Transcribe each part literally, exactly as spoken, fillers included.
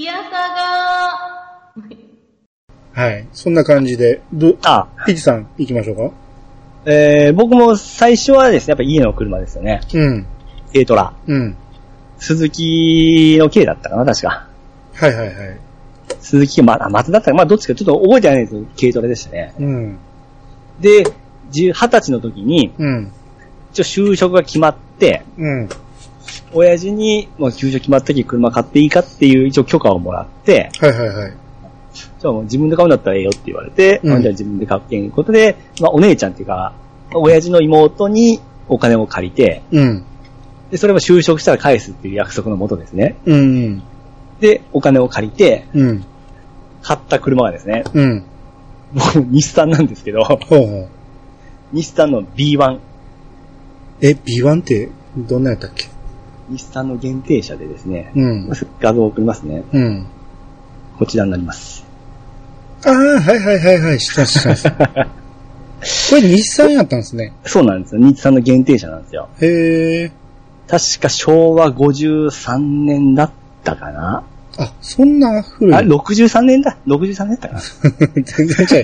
いやさがはい。そんな感じで、ど、 あ、 ピチさん行きましょうか。 えー、僕も最初はですね、やっぱ家の車ですよね。 うん。 軽トラ。 うん。 鈴木の軽だったかな、確か。 はいはいはい。 鈴木、まあ、松だったか、まあ、どっちかちょっと覚えてないんですけど、軽トラでしたね。 うん。 で、二十歳の時に、 うん。 一応就職が決まって、 うん。 親父に、もう就職決まった時車買っていいかっていう一応許可をもらって、 はいはいはい。 じゃあもう自分で買うんだったらええよって言われて、 うんまあ、じゃあ自分で買うっていうことで、まあお姉ちゃんっていうか、親父の妹にお金を借りて、 うん。 で、それも就職したら返すっていう約束のもとですね。 うん。 で、お金を借りて、 うん。 買った車がですね、 うん。 もう日産なんですけど、 ほうほう。 日産の ビーワン。 え、ビーワン ってどんなやったっけ？ 日産の限定車でですね、 うん。 画像を送りますね。 うん。 こちらになります。 ああ、はいはいはいはい、したした。これ日産やったんですね。 そうなんですよ。日産の限定車なんですよ。 へえ。 確か昭和ごじゅうさんねんだったかな。 あ、そんな古い。 あ、ろくじゅうさんねんだ。ろくじゅうさんねんだったかな。 全然違う。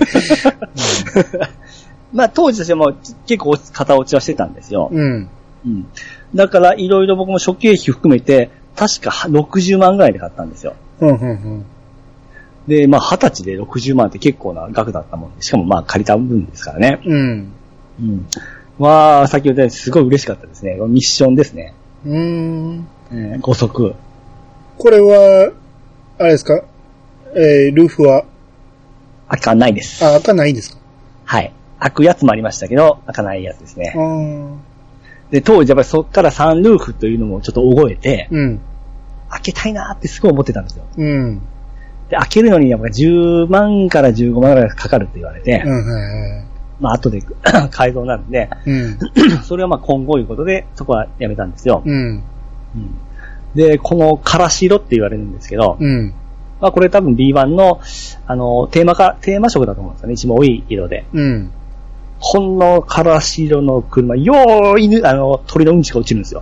まあ当時としてはもう結構型落ちはしてたんですよ。 うん。 うん。だからいろいろ僕も諸経費含めて、確かろくじゅうまんぐらいで買ったんですよ。 うんうんうん。 で、まあ二十歳でろくじゅうまんって結構な額だったもんで、しかもまあ借りた分ですからね。 うん。 うん。まあ、先ほど言ったようにすごい嬉しかったですね。ミッションですね。 うーん。 えー、ご足。 これは、あれですか？えー、ルーフは開かないです。 あ、開かないですか？ はい。開くやつもありましたけど、開かないやつですね。 あー。 で、当時やっぱりそっからサンルーフというのもちょっと覚えて、 うん。 開けたいなーってすごい思ってたんですよ。 うん。 で、開けるのにやっぱりじゅうまんからじゅうごまんぐらいかかるって言われて、 うん、はいはい。 まあ後で改造なんで、 うん。 それはまあ今後いうことで、そこはやめたんですよ。 うん。 うん、で、このからし色って言われるんですけど、 うん。 まあこれ多分 ビーワン の、あの、テーマか、テーマ色だと思うんですよね。一番多い色で。 うん。 ほんのからし色の車、よー犬、あの、鳥のうんちが落ちるんですよ。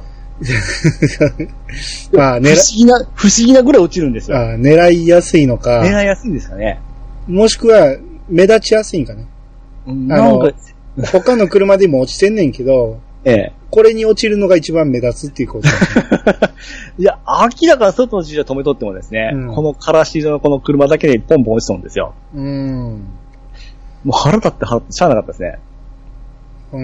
ああ、狙不思議な、不思議なぐらい落ちるんですよ。 ああ、狙いやすいのか。 狙いやすいんですかね。 もしくは、目立ちやすいんかね。 うん、なんか、 他の車でも落ちてんねんけど、 ええ。 これに落ちるのが一番目立つっていうこと、ね。 いや、明らかに外の自転車止めとってもですね、うん、このからし色のこの車だけでポンポン落ちそうなんですよ。うん。もう腹立って腹立ってしゃあなかったですね。 うん。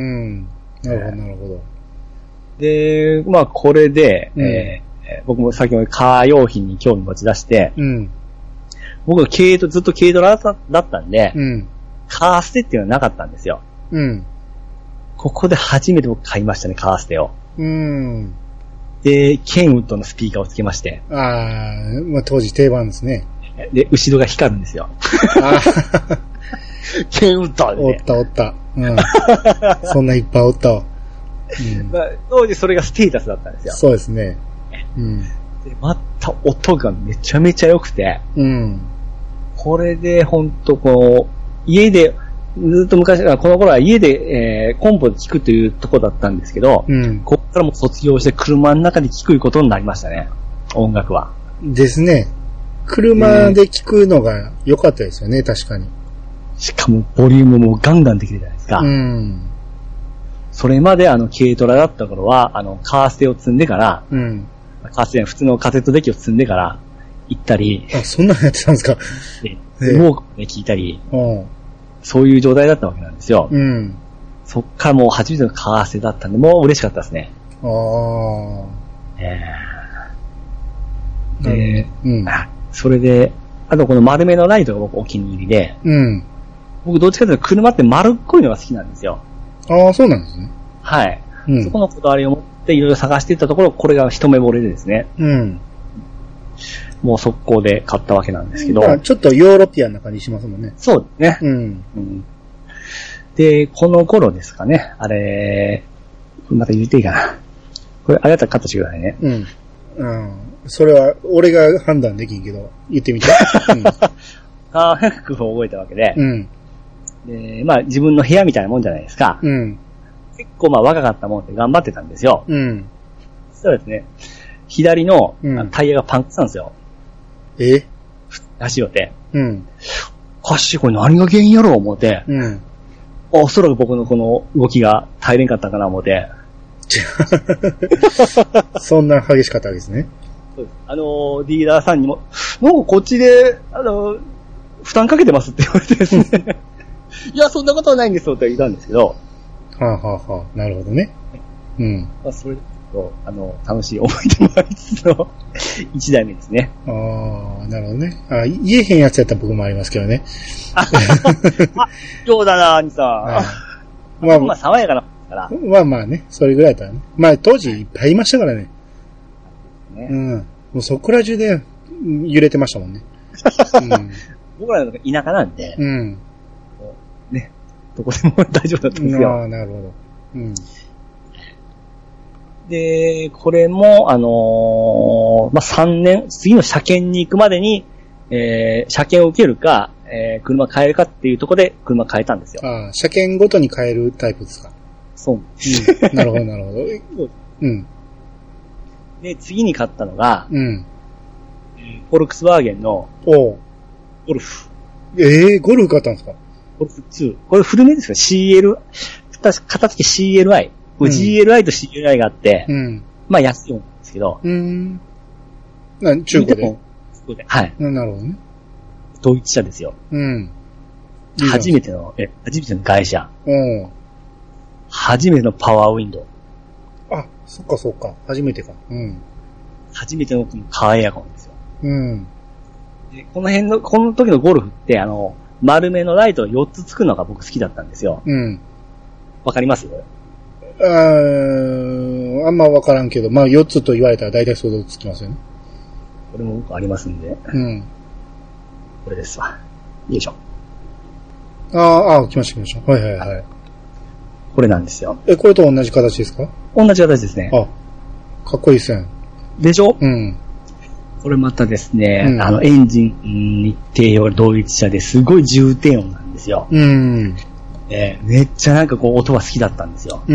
なるほど、なるほど。 で、まあこれで、 うん、 えー、僕も先ほどカー用品に興味持ち出して、うん、僕は軽トずっと軽トラだったんで、うん、カーステっていうのはなかったんですよ。うん。ここで初めて僕買いましたね、カーステを。うん。で、ケンウッドのスピーカーをつけまして。 ああ、まあ当時定番ですね。 で、後ろが光るんですよ。あケンウッドで、 ね。おったおった。うん。そんないっぱいおったわ。 うんまあ、当時それがステータスだったんですよ。 そうですね。 うん。で、また音がめちゃめちゃ良くて。うん。これでほんとこう、家で、ずっと昔からこの頃は家で、えー、コンポで聴くというとこだったんですけど、うん、ここからもう卒業して車の中で聴くことになりましたね。音楽は。 ですね。車で聴くのが良かったですよね、確かに。 しかもボリュームもガンガンできるじゃないですか。うん。それまであの軽トラだった頃は、あのカーステを積んでから、うん。カーステは普通のカセットデッキを積んでから行ったり。 あ、そんなのやってたんですか。 で、ウォークで聴いたり。うんそういう状態だったわけなんですよ。うん。そっからもう初めてのカーステだったんで、もう嬉しかったですね。ああ。えー、で、うん。それで、あとこの丸めのライトが僕お気に入りで、うん。僕どっちかというと車って丸っこいのが好きなんですよ。 ああ、そうなんですね。 はい。うん、そこのこだわりを持っていろいろ探していったところ、これが一目惚れでですね。うん。もう速攻で買ったわけなんですけど。 まあ、ちょっとヨーロピアンな感じしますもんね。 そうですね。うん。うん、で、この頃ですかね。あれ、また言っていいかな。これ、あれだったらカットしてくださいね。うん。 うん。それは、俺が判断できんけど、言ってみて。うん、 ああ、早く覚えたわけで。うん。で、まあ、自分の部屋みたいなもんじゃないですか。うん。結構まあ、若かったもんで頑張ってたんですよ。うん。そしたらですね、左のタイヤがパンクしたんですよ。 えらしいよって。 うん。 おかしい、これ何が原因やろう思って。 うん。 おそらく僕のこの動きが耐えれんかったかな思って。 そんな激しかったわけですね。 そうです。あのー、ディーラーさんにも、なんかこっちで、あのー、負担かけてますって言われてですね。いや、そんなことはないんですよって言ったんですけど。 はあ、はあはあ、なるほどね。うん。 まあ、それと、あの、楽しい思い出もありつつの一代目ですね。 ああ、なるほどね。あ、言えへんやつやったら僕もありますけどね。 あ、そうだな、兄さん。はい、まあ、まあ、爽やかなから。 まあまあね、それぐらいだったらね。まあ、当時いっぱいいましたからね。ね、うん。もうそこら中で揺れてましたもんね。うん、 僕らの田舎なんで、 うん。 ね、どこでも大丈夫だったんですよ。 ああ、なるほど。うん。 で、これも、あのー、まあ、さんねん、次の車検に行くまでに、えー、車検を受けるか、えー、車変えるかっていうところで車変えたんですよ。 ああ、車検ごとに変えるタイプですか。 そう。 うん、なるほど、なるほど。うん。 で、次に買ったのが、 うん。 フォルクスワーゲンの、 おゴルフ。 ええー、ゴルフ買ったんですか？ ゴルフツー。これ古めですか？ シーエル、片付け シーエルアイ。これ ジーエルアイ と シーエルアイ があって、うん、まあ安いんですけど。 うん。な中古で。中古で。はい。 なるほどね。 統一車ですよ。 うん。 初めての、え、初めての外車。 うん。 初めてのパワーウィンドウ。 あ、そっかそっか。初めてか。うん。 初めてのカーエアコンですよ。 うん。 で、この辺の、この時のゴルフって、あの、丸めのライトをよっつつくのが僕好きだったんですよ。 うん。 わかりますあー、あんまわからんけど、まあよっつと言われたら大体想像つきますよね。 これも僕ありますんで。 うん。 これですわ。よいしょ。 ああ、ああ、来ました来ました。はいはいはい。 これなんですよ。 え、これと同じ形ですか？ 同じ形ですね。 あ、かっこいいですね。 でしょ？ うん。 これまたですね、 うん、 あの、エンジンに低用同一車ですごい重低音なんですよ。 うん。 えー、めっちゃなんかこう音が好きだったんですよ。 うん。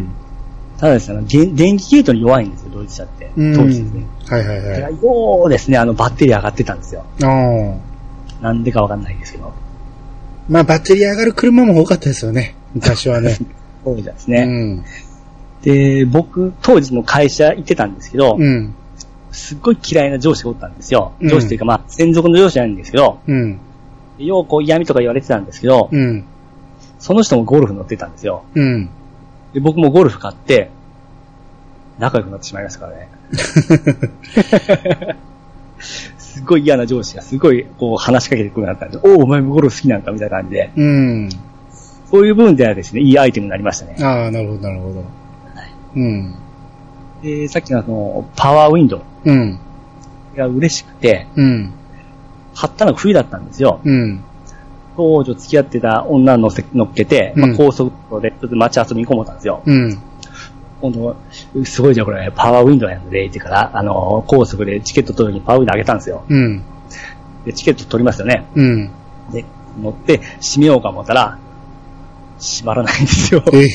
ただですね、電気系統に弱いんですよ、同一車って。当時ですね。 はいはいはい。 ようですね、あの、バッテリー上がってたんですよ。 ああ。 なんでかわかんないですけど。 まあ、バッテリー上がる車も多かったですよね。昔はね。 そうですね。 うん。 で、僕、当時の会社行ってたんですけど、 うん。 すっごい嫌いな上司がおったんですよ。上司というか、まあ、専属の上司なんですけど、 うん。 ようこう嫌味とか言われてたんですけど、 うん。 その人もゴルフ乗ってたんですよ。 うん。 で、僕もゴルフ買って、仲良くなってしまいましたからね。すごい嫌な上司がすごいこう話しかけてくるようになったんで、おお、お前もゴルフ好きなんかみたいな感じで。 うん。 そういう部分ではですね、いいアイテムになりましたね。 ああ、なるほど、なるほど。はい。うん。 で、さっきのあの、パワーウィンドウ。 うん。 が嬉しくて、 うん。 買ったのが冬だったんですよ。 うん。 当時付き合ってた女のせ乗っけて、まあ、高速でちょっと街遊びに行こう思ったんですよ。 うん。 今度、すごいじゃんこれ、パワーウィンドウやんで、って言うから、あの、高速でチケット取るにパワーウィンドウあげたんですよ。 うん。 で、チケット取りますよね。 うん。 で、乗って、閉めようか思ったら、閉まらないんですよ。 え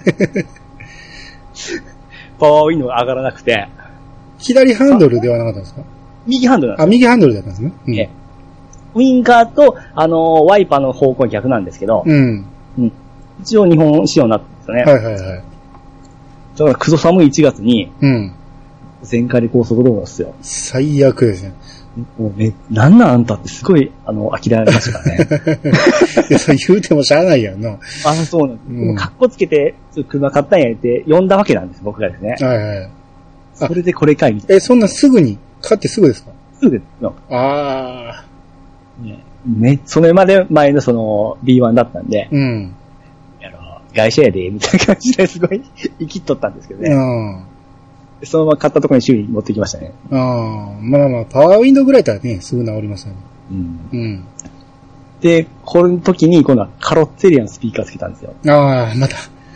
パワーウィンドウが上がらなくて。 左ハンドルではなかったんですか？ 右ハンドルなんです。 あ、右ハンドルだったんですね。 うん、えウィンカーと、あの、ワイパーの方向逆なんですけど、 うん。 うん、一応日本仕様になってるんですよね。 はいはいはい。 だから、クソ寒いいちがつに、 うん。 全開で高速道路ですよ。 最悪ですね。 もうね、なんなんあんたってすごい、あの、呆られましたからね。 いや、そう言うてもしゃあないやんな。 あ、そうなんです。 うん、 もう格好つけて、車買ったんやって呼んだわけなんです、僕がですね。 はいはい。 それでこれかいみたいな。 え、そんなすぐに買ってすぐですか？ すぐですよ。 ああ。 ね、ね、それまで前のその ビーワン だったんで、 うん。 あの、外車やで、みたいな感じですごい生きっとったんですけどね。 うん。 そのまま買ったところに修理に持ってきましたね。 ああ、まあまあ、パワーウィンドウぐらいだったらね、すぐ治りますよね。 うん。 うん。 で、この時に今度はカロッツェリアのスピーカーつけたんですよ。 ああ、また。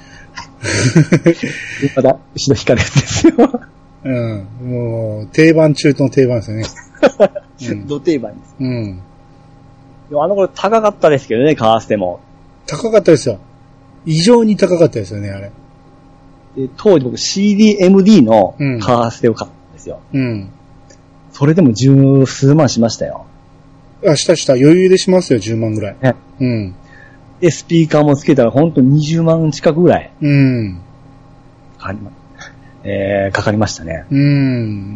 まだ、後ろ光るやつですよ。 うん。もう、定番中の定番ですよね。 うん、土定番です。 うん。 でもあの頃高かったですけどね、買わせても。 高かったですよ。異常に高かったですよね、あれ。 で当時僕 シーディーエムディー のカーステを買ったんですよ。 うん。 それでも十数万しましたよ。 あ、したした。余裕でしますよ、じゅうまんぐらい。ね、うん。 で、スピーカーもつけたらほんとにじゅうまん近くぐらい。 うん。 かかりま、えー、かかりましたね。 うん。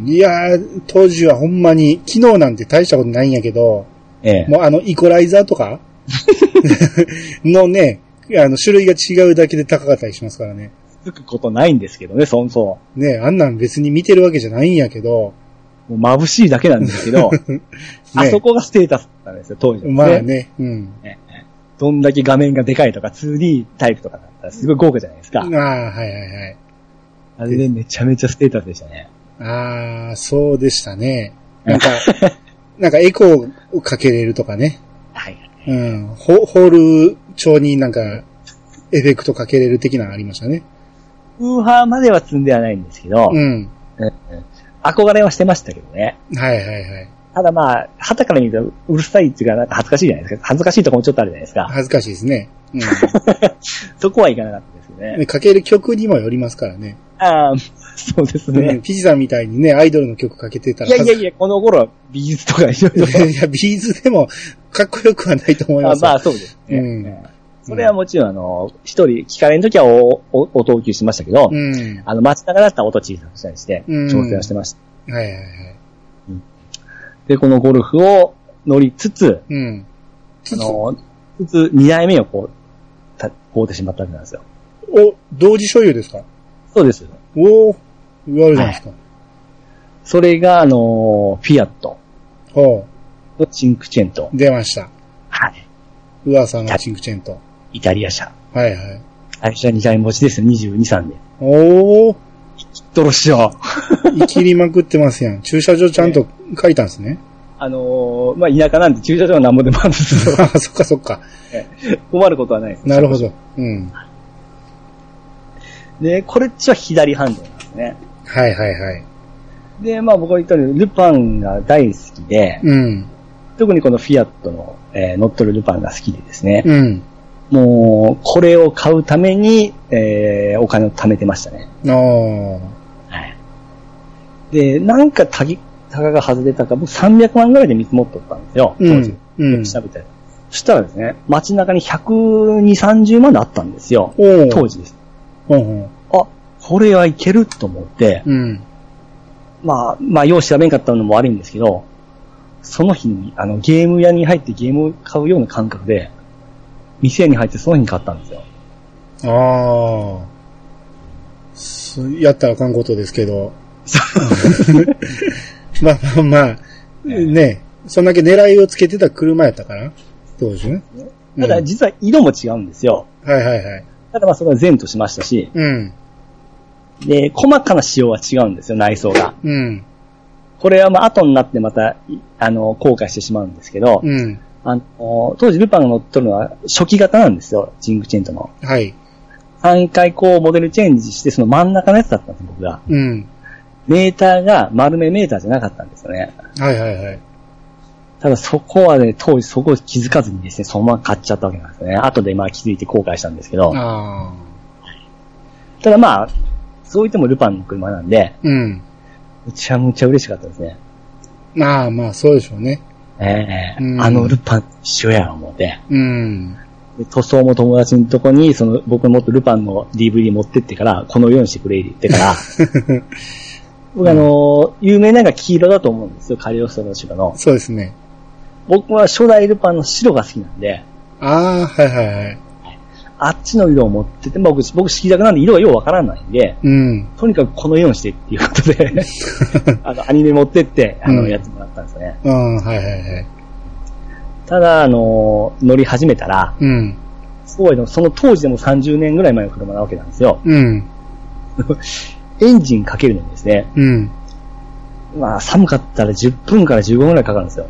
いやー、当時はほんまに、機能なんて大したことないんやけど、ええ、もうあの、イコライザーとかのね、あの、種類が違うだけで高かったりしますからね。 つくことないんですけどね、そんそう。 ね、あんなん別に見てるわけじゃないんやけど、 もう眩しいだけなんですけど、ね、あそこがステータスなんですよ、当時は、ね。 まあね、うん、 ね。どんだけ画面がでかいとか ツーディー タイプとかだったらすごい豪華じゃないですか。 ああ、はいはいはい。 あれでめちゃめちゃステータスでしたね。 ああ、そうでしたね。なんか、なんかエコーをかけれるとかね。はい。うん。ホ, ホール調になんか、エフェクトかけれる的なのありましたね。 ウーハーまでは積んではないんですけど、うん。うん、憧れはしてましたけどね。 はいはいはい。 ただまあ、旗から見るとうるさいっていうか、なんか恥ずかしいじゃないですか。恥ずかしいところもちょっとあるじゃないですか。 恥ずかしいですね。うん、 そこはいかなかったですよね。 かける曲にもよりますからね。 ああ、そうですね。うん、 ピチさんみたいにね、アイドルの曲かけてたら。 いやいやいや、この頃はビーズとかいろいろ。 いや、ビーズでもかっこよくはないと思います。 あまあそうですね。うん、それはもちろんあの、一人聞かれるときはお、お、音大きくしましたけど、うん、あの、街中だったら音小さくしたりして、調整はしてました。うん、はいはいはい。うん、で、このゴルフを乗りつつ、うん、あの、つつ二代目をこう、た、こうてしまったわけなんですよ。 お、同時所有ですか？ そうです。 おー、言われるじゃないですか。はい、 それが、あの、フィアット。 ほう。チンクチェント。 出ました。 はい。 噂のチンクチェント。 イタリア車。 はいはい。 最初はにだい持ちですよ、にじゅうに、さんで。 おー。 生きっとろしよ。 生きりまくってますやん。駐車場ちゃんと借りたんですね。 あのー、まあ、田舎なんで駐車場はなんぼでもあるんですけど。 あ、そっかそっか。 困ることはないです。 なるほど。うん。 で、これっちは左ハンドルなんですね。 はいはいはい。 で、まあ僕が言ったように、ルパンが大好きで、うん。特にこのフィアットの、えー、乗っ取るルパンが好きでですね。うん。もう、これを買うために、えー、お金を貯めてましたね。ああ。はい。で、なんかたぎ、たがが外れたか、僕さんびゃくまんぐらいで見積もっとったんですよ。当時。うん。調べて。そしたらですね、街中にひゃくにじゅう、さんじゅうまんであったんですよ。当時です。うんうん、あ、これはいけると思って、うん、まあ、まあ、よう調べんかったのも悪いんですけど、その日に、あの、ゲーム屋に入ってゲームを買うような感覚で、店に入ってその日に買ったんですよ。 ああ。やったらあかんことですけど。まあまあまあ、ね、そんだけ狙いをつけてた車やったから、当時ね。 ただ、実は色も違うんですよ。 はいはいはい。 ただまあそれは善としましたし、うん。で、細かな仕様は違うんですよ、内装が。うん。これはまあ後になってまた、あの、後悔してしまうんですけど、うん。あの、当時ルパンが乗っ取るのは初期型なんですよ、チンクチェントの。はい。さんかいこうモデルチェンジして、その真ん中のやつだったんです、僕が。うん。メーターが丸めメーターじゃなかったんですよね。はいはいはい。ただそこはね、当時そこを気づかずにですね、そのまま買っちゃったわけなんですね。後でまあ気づいて後悔したんですけど。あただまあ、そう言ってもルパンの車なんで、うん。むちゃむちゃ嬉しかったですね。 まあまあ、そうでしょうね。 ええーうん、あのルパン一緒や思って。うん。で塗装も友達のとこに、その僕のもっとルパンの ディーブイディー 持ってってから、このようにしてくれって言ってから、僕あの、有名なのが黄色だと思うんですよ、カリオストロの白の。 そうですね。 僕は初代ルパンの白が好きなんで。 ああ、はいはいはい。 あっちの色を持ってて、僕、僕色弱なんで色がようわからないんで、うん。とにかくこのようにしてっていうことで、あの、アニメ持ってって、あの、やつもらったんですよね。うん、はいはいはい。ただ、あの、乗り始めたら、うん。すごいの、その当時でもさんじゅうねんぐらい前の車なわけなんですよ。うん。エンジンかけるのにですね、うん。まあ、寒かったらじゅっぷんからじゅうごふんぐらいかかるんですよ。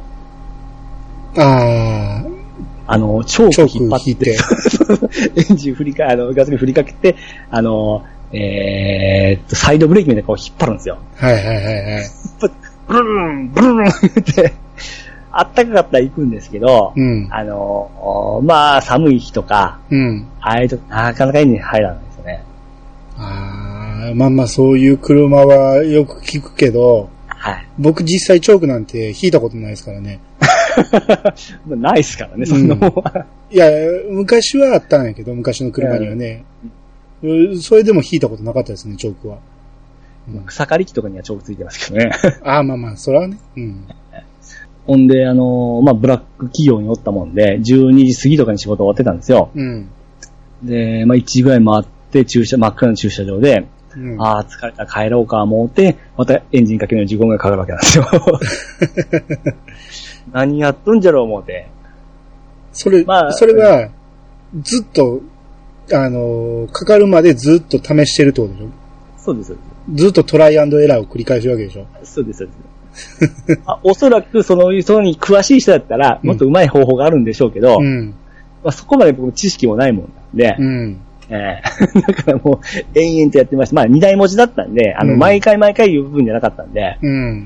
ああ。あの、チョーク引っ張って、エンジン振りか、あの、ガソリン振りかけて、あの、えー、っと、サイドブレーキみたいなこう引っ張るんですよ。はいはいはいはい。ブルルン、ブルルンって、あったかかったら行くんですけど、うん、あの、まあ、寒い日とか、うん、ああいうとなかなかエンジン入らないですよね。 ああ、まあまあそういう車はよく聞くけど、 はい。 僕実際チョークなんて引いたことないですからね。 ないっすからね、そんなもんは、 うん。いや、昔はあったんやけど、昔の車にはね。うん、それでも引いたことなかったですね、チョークは。 うん、草刈り機とかにはチョークついてますけどね。 ああ、まあまあ、それはね。うん。 ほんで、あのー、まあ、ブラック企業におったもんで、じゅうにじ過ぎとかに仕事終わってたんですよ。 うん。 で、まあ、いちじぐらい回って、駐車、真っ暗な駐車場で、うん、ああ、疲れた、帰ろうか、思って、またエンジンかけるのにじゅうごふんぐらいかかるわけなんですよ。何やっとんじゃろう、思って。 それ、まあ、それが、ずっと、あのー、かかるまでずっと試してるってことでしょ？ そうです。 ずっとトライアンドエラーを繰り返すわけでしょ？ そうです、そうです。あ、おそらく、その、そのに詳しい人だったら、もっと上手い方法があるんでしょうけど、うん、まあ、そこまで僕知識もないもんなんで、うんえー、だからもう、延々とやってました。まあ、二台持ちだったんで、あの、うん、毎回毎回言う部分じゃなかったんで、うん。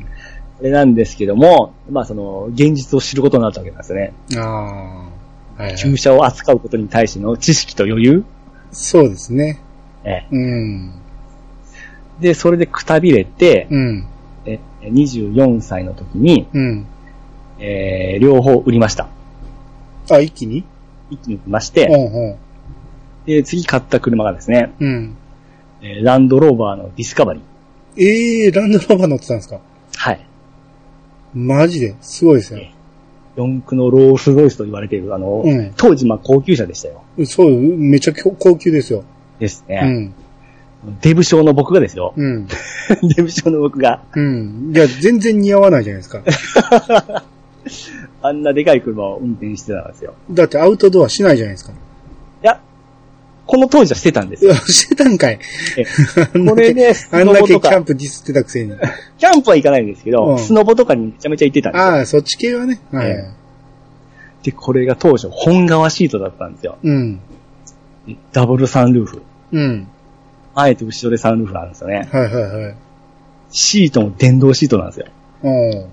あれなんですけども、まあ、その、現実を知ることになったわけなんですよね。ああ。はいはい、駐車を扱うことに対しての知識と余裕？ そうですね。 えー、うん。で、それでくたびれて、うん。え、にじゅうよんさいの時に、うん。えー、両方売りました。 あ、一気に？ 一気に売りまして、うんうん。で、次買った車がですね、うん。えー、ランドローバーのディスカバリー。ええー、ランドローバー乗ってたんですか？ はい。 マジで、すごいですよ。 四駆のロールスロイスと言われている、あの、うん、当時まあ高級車でしたよ。 そう、めっちゃ高級ですよ。 ですね。うん。デブ症の僕がですよ。うん。デブ症の僕が。 うん。いや、全然似合わないじゃないですか。 あんなでかい車を運転してたんですよ。 だってアウトドアしないじゃないですか。いや、この当時はしてたんですよ。 いや、してたんかい。 これで、 あんだけキャンプディスってたくせに。 キャンプは行かないんですけど、うん、スノボとかにめちゃめちゃ行ってたんですよ。 ああ、そっち系はね。はい。えー、で、これが当初、本革シートだったんですよ。うん。ダブルサンルーフ。うん。あえて後ろでサンルーフなんですよね。 はいはいはい。 シートも電動シートなんですよ。うん。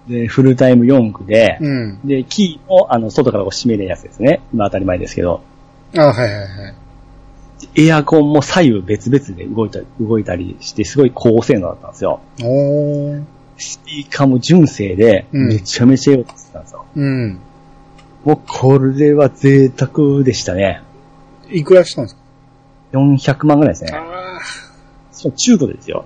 で、フルタイムよん区で、うん。で、キーも、あの、外からこう閉めるやつですね。今当たり前ですけど。 ああ、はいはいはい。 エアコンも左右別々で動いたり、動いたりして、すごい高性能だったんですよ。おー。スピーカーも純正で、めちゃめちゃ良かったんですよ。うん。もう、これは贅沢でしたね。 いくらしたんですか？ よんひゃくまんぐらいですね。ああ。そう、中古でですよ。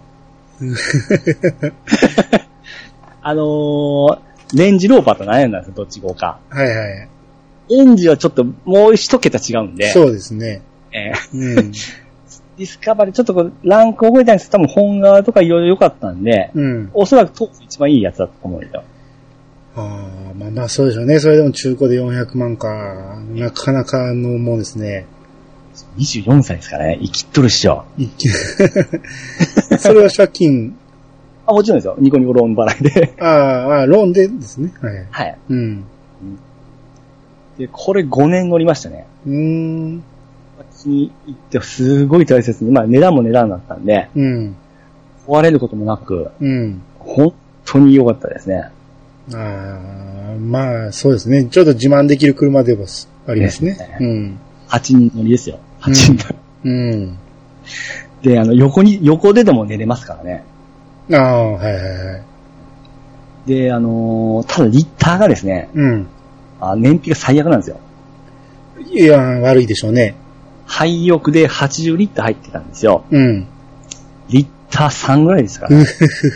あのー、レンジローバーと何円なんですよ、どっち号か。 はいはい。 エンジンはちょっともう一桁違うんで。 そうですね。 えー、うん。ディスカバリーちょっとこうランク覚えたんですけど、多分本革とかいろいろ良かったんで、うん。おそらく当時一番いいやつだと思うんですよ。 ああ、まあまあそうでしょうね。それでも中古でよんひゃくまんか。なかなかのもんですね。 にじゅうよんさいですからね。生きっとるっしょ。生きそれは借金あ、もちろんですよ。ニコニコローン払いで。 ああ、ローンでですね。はい。 はい。うん。で、これごねん乗りましたね。うーん。気に入ってすごい大切に、まあ値段も値段だったんで、うん。壊れることもなく、うん。本当に良かったですね。 ああ、まあそうですね。ちょっと自慢できる車でもありますね。ねうん。 はちにん乗りですよ。はちにん乗り。うん。うん、で、あの、横に、横ででも寝れますからね。 ああ、はいはいはい。 で、あのー、ただリッターがですね、うん。あ、燃費が最悪なんですよ。 いや、悪いでしょうね。 廃浴ではちじゅうリッター入ってたんですよ。うん。リッターさんぐらいですから、ね。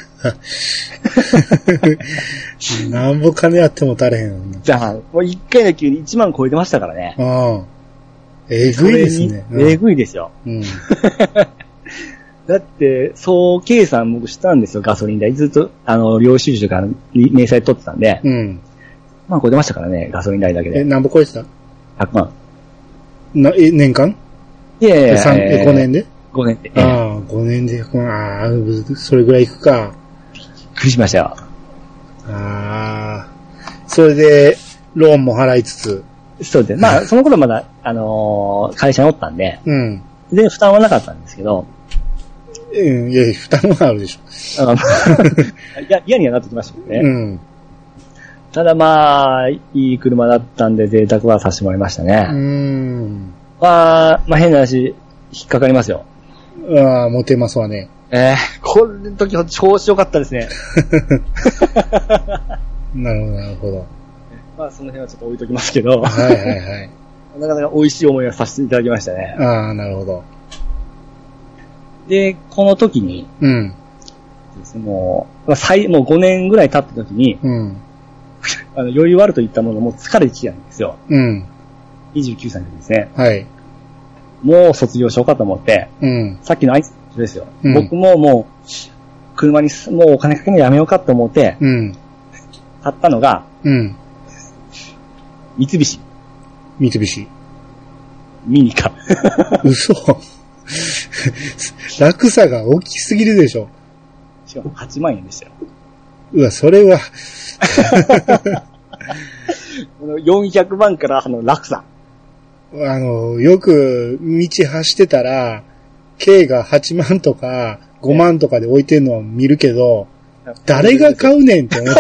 なんぼ金あっても足れへん。 じゃあ、もういっかいの給にいちまん超えてましたからね。ああ。 えぐいですね。 うん、えぐいですよ。うん。だって、総計算僕したんですよ、ガソリン代。ずっと、あの、領収書から明細取ってたんで。うん。まあ、超えてましたからね、ガソリン代だけで。 え、何ぼ超えてた ?ひゃく 万。な、え、年間いやいやいや。 え、ごねんで ? ご 年で。 ああ、ごねんで、ああ、それぐらいいくか。 びっくりしましたよ。 ああ。それで、ローンも払いつつ。 そうです。まあ、その頃まだ、あのー、会社におったんで。うん。で、負担はなかったんですけど。 うん、いや、負担はあるでしょ。 いや、嫌にはなってきましたけどね。うん。ただまあ、いい車だったんで贅沢はさせてもらいましたね。うん。まあ、まあ変な話、引っかかりますよ。 ああ、モテますわね。 えー、 これの時は調子良かったですね。 なるほど、なるほど。 まあ、その辺はちょっと置いときますけど。 はいはいはい。 なかなか美味しい思いをさせていただきましたね。 ああ、なるほど。 で、この時に、 うん。 もう、まあ、最、もうごねんぐらい経った時に、 うん。 あの、余裕あるといったものも疲れてきたんですよ。 うん。 にじゅうきゅうさいの時ですね。 はい。 もう卒業しようかと思って、 うん。 さっきのあいつですよ。 うん、 僕ももう、車にもうお金かけるのやめようかと思って、 うん。 買ったのが、 うん。 三菱。 三菱。 ミニカ。 嘘。落差が大きすぎるでしょ。 しかもはちまんえんでしたよ。 うわ、それは。 このよんひゃくまんからあの落差。 あの、よく道走ってたら、K がはちまんとかごまんとかで置いてるのを見るけど、誰が買うねんって思って。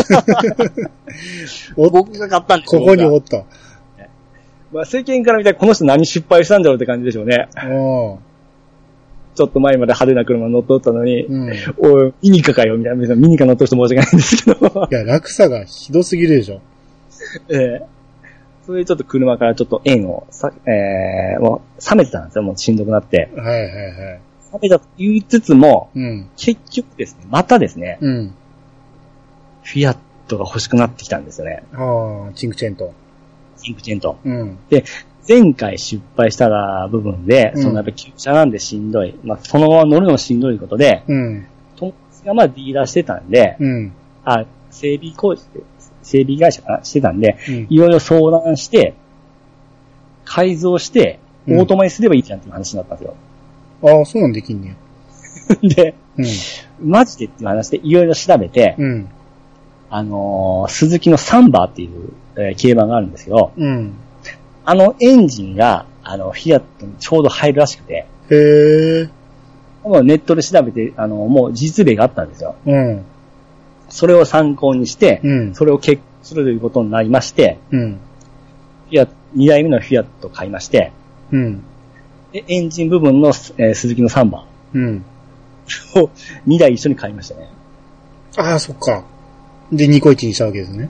僕が買ったんですよ。 ここにおった。 まあ、世間から見たらこの人何失敗したんだろうって感じでしょうね。 おちょっと前まで派手な車乗っとったのに、 うん、 おい、ミニカかよ、みたいな。ミニカ乗っとる人申し訳ないんですけど。 いや、落差がひどすぎるでしょ。 ええ。それでちょっと車からちょっと縁をさ、えー、もう冷めてたんですよ、もうしんどくなって。 はいはいはい。 冷めたと言いつつも、 うん、 結局ですね、またですね、 うん、 フィアットが欲しくなってきたんですよね。 ああ、チンクチェント。 チンクチェント。 うん、 で、前回失敗した部分で、うん、そのやっぱ旧車なんでしんどい。まあ、そのまま乗るのもしんどいことで、 うん、 友達がまあディーラーしてたんで、 うん、 あ、整備工事、整備会社かなしてたんで、 うん、 いろいろ相談して、改造して、オートマにすればいいじゃんっていう話になったんですよ。 うん、ああ、そうなんできんねや。で、 うん、 マジでっていう話でいろいろ調べて、 うん、 あのー、鈴木のサンバーっていう、えー、競馬があるんですけど、 うん、 あのエンジンが、あの、フィアットにちょうど入るらしくて、 へー。 もうネットで調べて、あの、もう実例があったんですよ。 うん。 それを参考にして、 うん、 それを結婚するということになりまして、 うん、 フィアにだいめのフィアットを買いまして、 うん、 でエンジン部分の、えー、鈴木のサンバー、うん、 をにだい一緒に買いましたね。 ああ、そっか。で、ニコイチにしたわけですね。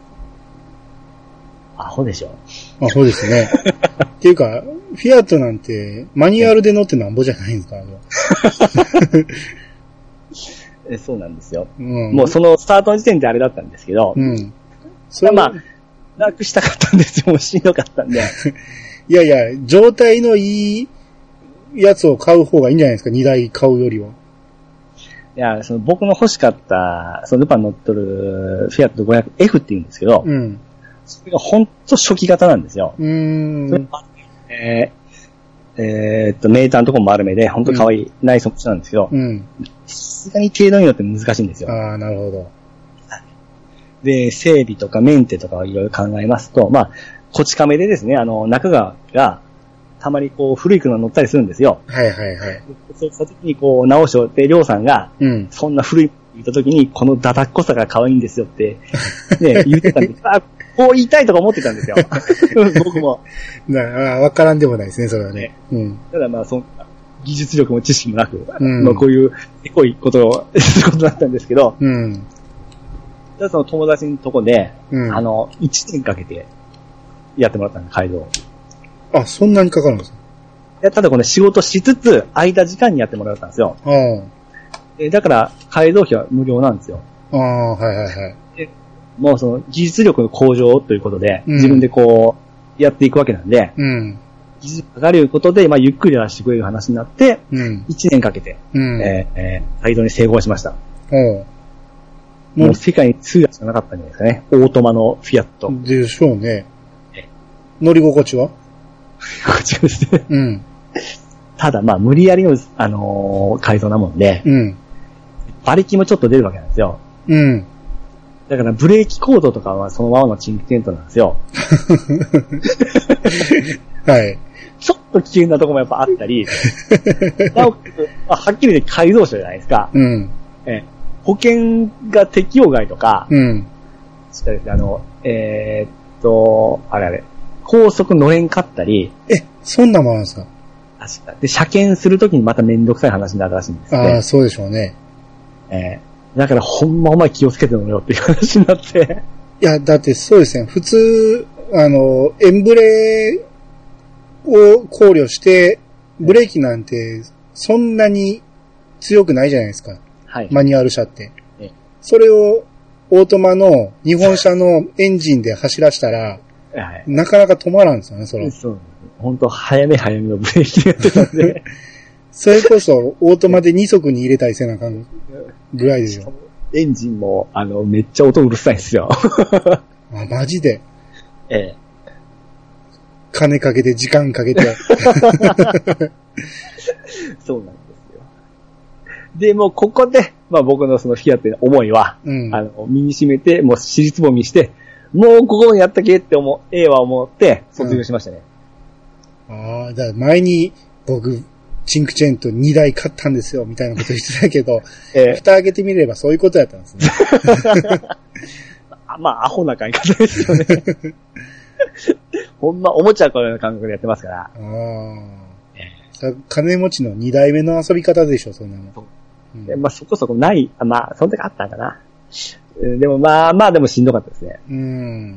アホでしょ。 アホですね。っていうか、フィアットなんてマニュアルで乗ってなんぼじゃないんですか、 えそうなんですよ、 うん。 もうそのスタートの時点であれだったんですけど、 うん。 それはまあ、なくしたかったんですよ。もうしんどかったんで。 いやいや、状態のいいやつを買う方がいいんじゃないですか、にだい買うよりは。 いや、その僕の欲しかった、そのルパン乗っとるフィアット ごひゃくエフ って言うんですけど、 うん。 それがほんと初期型なんですよ。 うーん。 それえー、えー、っと、メーターのとこも丸めで、ほんと可愛い内装なんですけど、 うん。 さすがに程度によって難しいんですよ。 ああ、なるほど。 で、整備とかメンテとかをいろいろ考えますと、まあ、こち亀でですね、あの、中川が、たまにこう、古い車乗ったりするんですよ。 はいはいはい。 そうした時にこう、直しをって、りょうさんが、 うん。 そんな古い言った時に、このダダっこさが可愛いんですよって、ね、言ってたんです。あ、こう言いたいとか思ってたんですよ。僕も。 なあ、わからんでもないですね、それはね。うん。 ただまあ、そんな、技術力も知識もなく、 うん、 まあこういう、せこいことをすることだったんですけど、 うん。 ただその友達のとこで、 うん、 あの、いちねんかけて、やってもらったんです、改造。 あ、そんなにかかるんですか？ いや、ただこの仕事しつつ、空いた時間にやってもらったんですよ。 ああ。 でだから、改造費は無料なんですよ。 ああ、はいはいはい。 でもうその技術力の向上ということで、 うん、 自分でこう、やっていくわけなんで、 うん。 技術が上がることで、まあ、ゆっくりやらせてくれる話になって、 うん。 いちねんかけて、 うん。 えー、えー、改造に成功しました。 おう。 もう世界にツーヤしかなかったんじゃないですかね。オートマのフィアット。 でしょうね。乗り心地は？ こちらですね。 うん。 ただまあ、無理やりの、あのー、改造なもんで、 うん。 馬力もちょっと出るわけなんですよ。 うん。 だからブレーキコードとかはそのままのチンクテントなんですよ。 はい。 ちょっと危険なところもやっぱあったり、なおかつ、まあ、はっきり言って改造車じゃないですか。 うん。 え保険が適用外とか、 うん。 したですね、あの、えー、っと、あれあれ、高速乗れんかったり。 え、そんなもんなんですか？ 確か。で、車検するときにまためんどくさい話になるらしいんですね。 ああ、そうでしょうね。 えー、だからほんまお前気をつけて飲めよっていう話になって。 いや、だってそうですね。普通、あの、エンブレを考慮して、ブレーキなんてそんなに強くないじゃないですか。はい。マニュアル車って。ええ、それをオートマの日本車のエンジンで走らしたら、はい、なかなか止まらんですよね、それ。そう。 本当早め早めのブレーキがやってたんで。 それこそオートマでに速に入れたりせなあかんぐらいですよ。 エンジンも、あの、めっちゃ音うるさいんですよ。 あ、マジで。ええ。金かけて、時間かけて。 そうなんですよ。で、もうここで、まあ僕のそのフィアットの思いは、うん、あの、身に染めて、もう尻つぼみして、もうここにやったけって思う、A は思って卒業しましたね。 うん、ああ、だから前に僕、チンクチェーンとにだい買ったんですよ、みたいなこと言ってたけど、えー、蓋開けてみればそういうことやったんですね。 まあ、アホな買い方ですよね。ほんま、おもちゃこのような感覚でやってますから。ああ、 えー。金持ちのにだいめの遊び方でしょ、そんなの。 うん、でまあ、そこそこない、まあ、その時あったんかな。でもまあまあでもしんどかったですね。うん。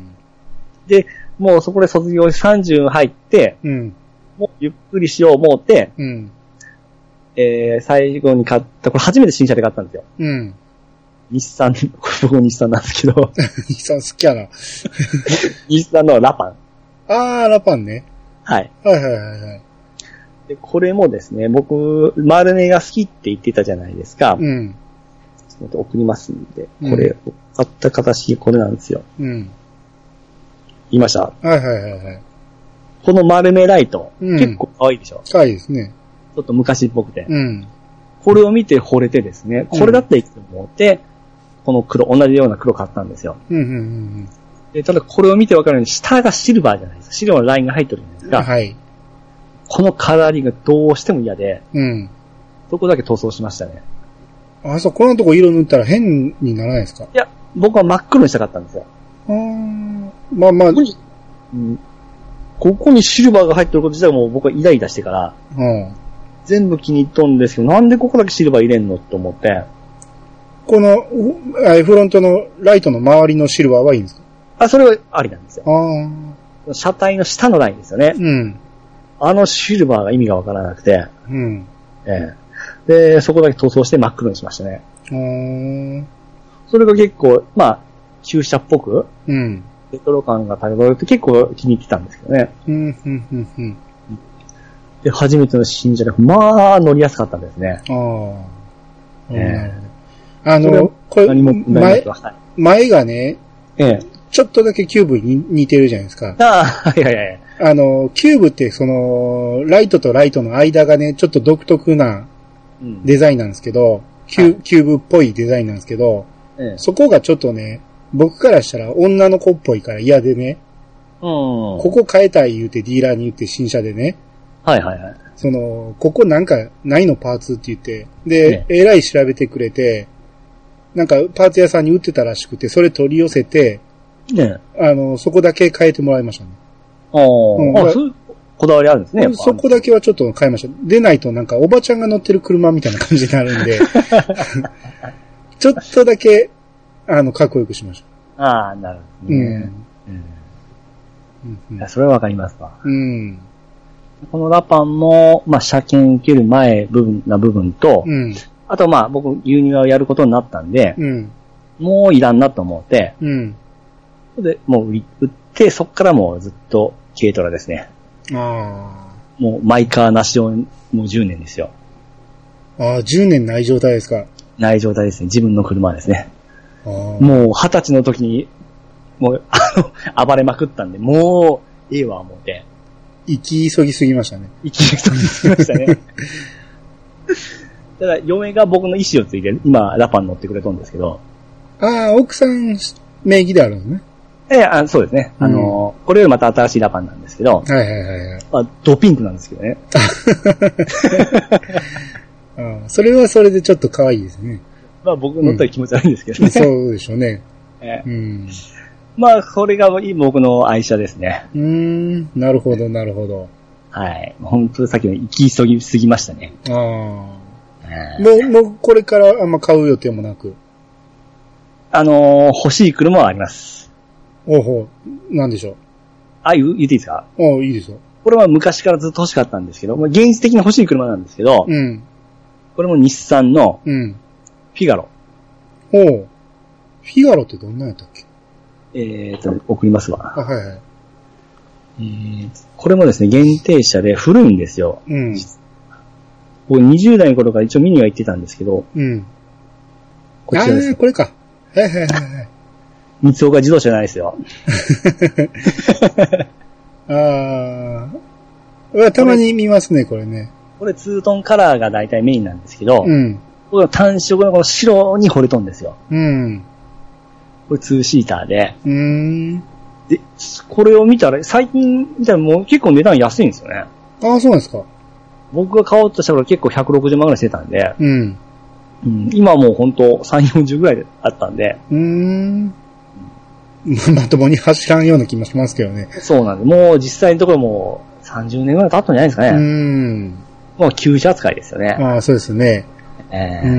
で、もうそこで卒業しさんじゅう入って、うん。もうゆっくりしよう思って、うん。えー、最後に買った、これ初めて新車で買ったんですよ。うん。日産、これ僕日産なんですけど。 日産好きやな。 日産のラパン。 あー、ラパンね。 はい。 はいはいはいはい。 で、これもですね、僕、丸目が好きって言ってたじゃないですか。うん。ちょっと送りますんで、これ、うん、買った形、これなんですよ。うん。言いました？ はいはいはいはい。 この丸目ライト、うん、結構可愛いでしょ？ 可愛いですね。 ちょっと昔っぽくて。うん。これを見て惚れてですね、これだったらいいと思って、うん、この黒、同じような黒買ったんですよ。うんうんうんうん。で、ただこれを見てわかるように、下がシルバーじゃないですか。シルバーのラインが入ってるじゃないですか。はい。このカラーリングがどうしても嫌で、うん。そこだけ塗装しましたね。 あ、そう、このとこ色塗ったら変にならないですか？いや、僕は真っ黒にしたかったんですよ。 あー、まあまあ。ここに、 うん、ここにシルバーが入ってること自体も僕はイライラしてから、うん、全部気に入っとんですけど、なんでここだけシルバー入れんのって思って。 この、フロントのライトの周りのシルバーはいいんですか？ あ、それはありなんですよ。あ、車体の下のラインですよね。うん。あのシルバーが意味がわからなくて、うん。ええ。で、そこだけ塗装して真っ黒にしましたね。うーん。それが結構、まあ、旧車っぽく、うん。レトロ感が漂って結構気に入ってたんですけどね。うん、うん、うん、うん。で、初めての新車で、まあ、乗りやすかったんですね。ああ。 ええ。あの、これ、前、前がね、ええ。ちょっとだけキューブに似てるじゃないですか。 ああ、はいはいはい。 あの、キューブってその、ライトとライトの間がね、ちょっと独特なデザインなんですけど、うん、キュ、キューブっぽいデザインなんですけど、ええ、そこがちょっとね、僕からしたら女の子っぽいから嫌でね、うん、ここ変えたい言うてディーラーに言って新車でね、 はいはいはい。 その、ここなんかないのパーツって言って、で、ええらい調べてくれて、なんかパーツ屋さんに売ってたらしくて、それ取り寄せて、ね、あの、そこだけ変えてもらいましたね。あ、 うん、あ、そういうこだわりあるんですね。 そこだけはちょっと変えました。でないとなんかおばちゃんが乗ってる車みたいな感じになるんで、ちょっとだけ、あの、かっこよくしました。 ああ、なるほどね。うん。うんうん、それはわかりますわ。うん。このラパンも、まあ、車検受ける前部分な部分と、うん、あとまあ、僕、輸入をやることになったんで、うん、もういらんなと思って、うん、で、もう売って、そっからもうずっと軽トラですね。ああ。もうマイカーなしをもうじゅうねんですよ。 ああ、じゅうねんない状態ですか？ ない状態ですね。自分の車ですね。あもう二十歳の時に、もう、あの、暴れまくったんで、もう、ええわ、思って。 行き急ぎすぎましたね。 行き急ぎすぎましたね。ただ、嫁が僕の意思をついて、今、ラパン乗ってくれたんですけど。 ああ、奥さん名義であるんですね。 ええ、あ、そうですね。うん、あの、これよりまた新しいラパンなんですけど。はいはいはいはい。あ、ドピンクなんですけどね。 ああ、それはそれでちょっと可愛いですね。 まあ僕乗ったら気持ち悪いんですけどね。うん、 そうでしょうね。 ええ、うん、まあ、これが僕の愛車ですね。 うーん、なるほどなるほど。 はい。本当にさっきの行き急ぎすぎましたね。ああ。 もう、もうこれからあんま買う予定もなく。 あのー、欲しい車はあります。 おうほう、なんでしょう。 あ、言う、言っていいですか？ おう、いいですよ。 これは昔からずっと欲しかったんですけど、まあ、現実的に欲しい車なんですけど、 うん。 これも日産の、 うん。 フィガロ。 おう。フィガロってどんなんやったっけ？ えーと、送りますわ。 あ、はいはい。 えー、これもですね、限定車で古いんですよ。 うん。 僕にじゅう代の頃から一応見には行ってたんですけど、 うん。 こちらです。 ああ、これか。はいはいはいはい。 三つ岡自動車じゃないですよ。 ああ。たまに見ますね、これね。 これツートンカラーが大体メインなんですけど、 うん。 これ単色のこの白に惚れとんですよ。 うん。 これツーシーターで。 うーん。 で、これを見たら、最近見たらもう結構値段安いんですよね。 ああ、そうなんですか。 僕が買おうとしたら結構ひゃくろくじゅうまんぐらいしてたんで、 うん。 うん、今はもうほんとさんじゅう、よんじゅうぐらいであったんで。 うーん。まともに走らんような気もしますけどね。 そうなんで、もう実際のところもうさんじゅうねんぐらい経ったんじゃないですかね。 うーん。 もう旧車扱いですよね。 ああ、そうですね。 えー、 うん。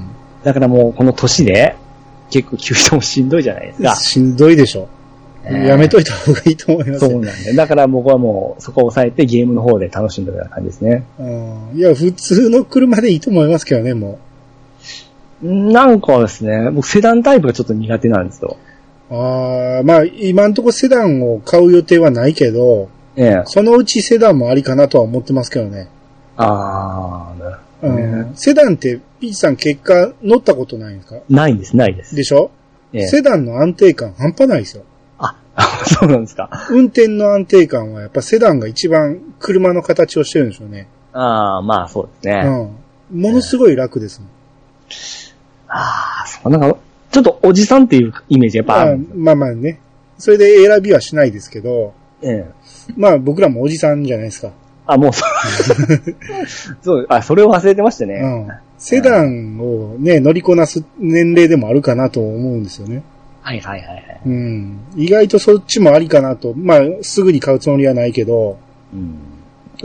だからもうこの年で結構旧車もしんどいじゃないですか。 しんどいでしょ。えー、やめといた方がいいと思います。 そうなんで。だから僕はもうそこを抑えてゲームの方で楽しんでるような感じですね。 うん。いや、普通の車でいいと思いますけどね、もう。なんかですね、僕セダンタイプがちょっと苦手なんですよ。 ああ、まあ、今んとこセダンを買う予定はないけど、 ええ、 そのうちセダンもありかなとは思ってますけどね。 ああ、なるほど、ね、 うん。セダンって、ピーチさん結果乗ったことないんですか？ ないんです、ないです。 でしょ？ええ、セダンの安定感半端ないですよ。 あ、そうなんですか。 運転の安定感はやっぱセダンが一番車の形をしてるんでしょうね。 ああ、まあそうですね。 うん。ものすごい楽ですもん。 ええ、ああ、そう、なんか、ちょっとおじさんっていうイメージやっぱあるんですよ。 まあまあね。それで選びはしないですけど、 ええ、 まあ僕らもおじさんじゃないですか。 あ、もうそう。そう、あ、それを忘れてましたね。 うん。セダンをね、乗りこなす年齢でもあるかなと思うんですよね。 はいはいはいはい。 うん。意外とそっちもありかなと。まあ、すぐに買うつもりはないけど、うん、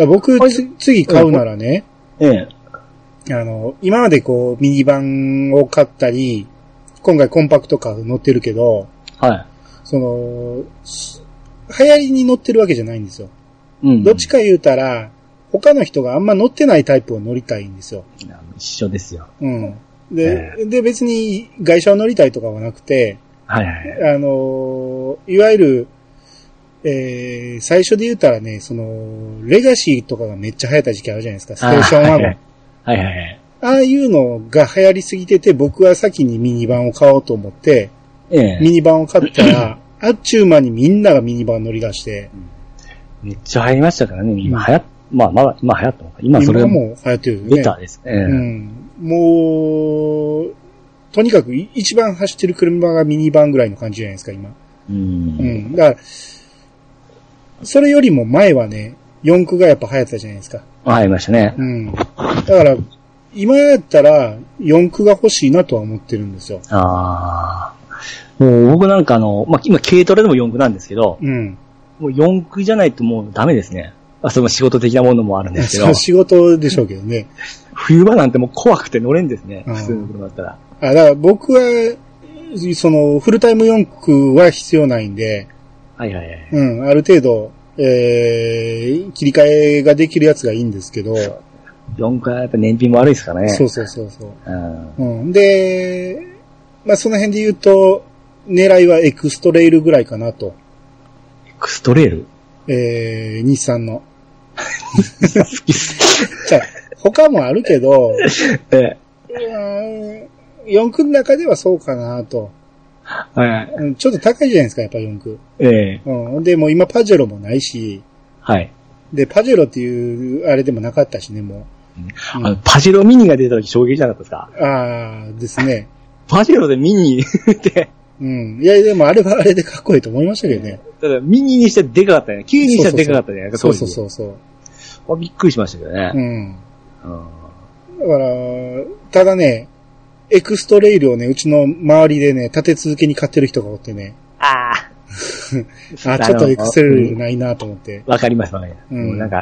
僕、次買うならね、 ええ。 あの、今までこう、ミニバンを買ったり、今回コンパクトカー乗ってるけど、 はい。 その、流行りに乗ってるわけじゃないんですよ。うん。どっちか言うたら、他の人があんま乗ってないタイプを乗りたいんですよ。 一緒ですよ。 うん。で、えー、で、別に外車を乗りたいとかはなくて、 はいはい。 あの、いわゆる、えー、最初で言うたらね、その、レガシーとかがめっちゃ流行った時期あるじゃないですか、ステーションワゴン。はいはいはいはい。ああいうのが流行りすぎてて、僕は先にミニバンを買おうと思って、ええ、ミニバンを買ったら、あっちゅう間にみんながミニバン乗り出して、 うん、めっちゃ流行りましたからね、今流行っ、まあまだ、今流行ったのか。今それ今も流行ってるよね。 ベターですね。 うん。もう、とにかく一番走ってる車がミニバンぐらいの感じじゃないですか、今。うん。うん。だから、それよりも前はね、四駆がやっぱ流行ったじゃないですか。 流行りましたね。 うん。だから、今やったら四駆が欲しいなとは思ってるんですよ。 ああ。もう僕なんかあの、まあ、今軽トラでも四駆なんですけど、うん。もう四駆じゃないともうダメですね。あ、その仕事的なものもあるんですけど。そう仕事でしょうけどね。 冬場なんてもう怖くて乗れんですね。普通の車だったら。 あ、だから僕は、その、フルタイム四駆は必要ないんで、はいはいはい。うん、ある程度、えー、切り替えができるやつがいいんですけど。 四駆はやっぱ燃費も悪いですからね。 そうそうそうそう。うん、うん。で、まあその辺で言うと、狙いはエクストレイルぐらいかなと。 エクストレイル？ えー、日産の。好きっす。じゃあ、他もあるけど、ええ、四駆の中ではそうかなと。はい。ちょっと高いじゃないですか、やっぱ四駆。ええ。うん。で、もう今パジェロもないし。はい。で、パジェロっていう、あれでもなかったしね、もう。うん、あの、パジェロミニが出た時衝撃じゃなかったですか？ ああ、ですね。 パジェロでミニって。 うん。いや、でもあれはあれでかっこいいと思いましたけどね。 ただ、ミニにしてデカかったね。キュウにしてはデカかったじゃないですか。 そうそうそうそう。 あ、びっくりしましたけどね。うん。 だから、ただね、エクストレイルをね、うちの周りでね、立て続けに買ってる人がおってね。ああ。あ、ちょっとエクストレイルないなと思って。 わかりますわかります。うん。なんか、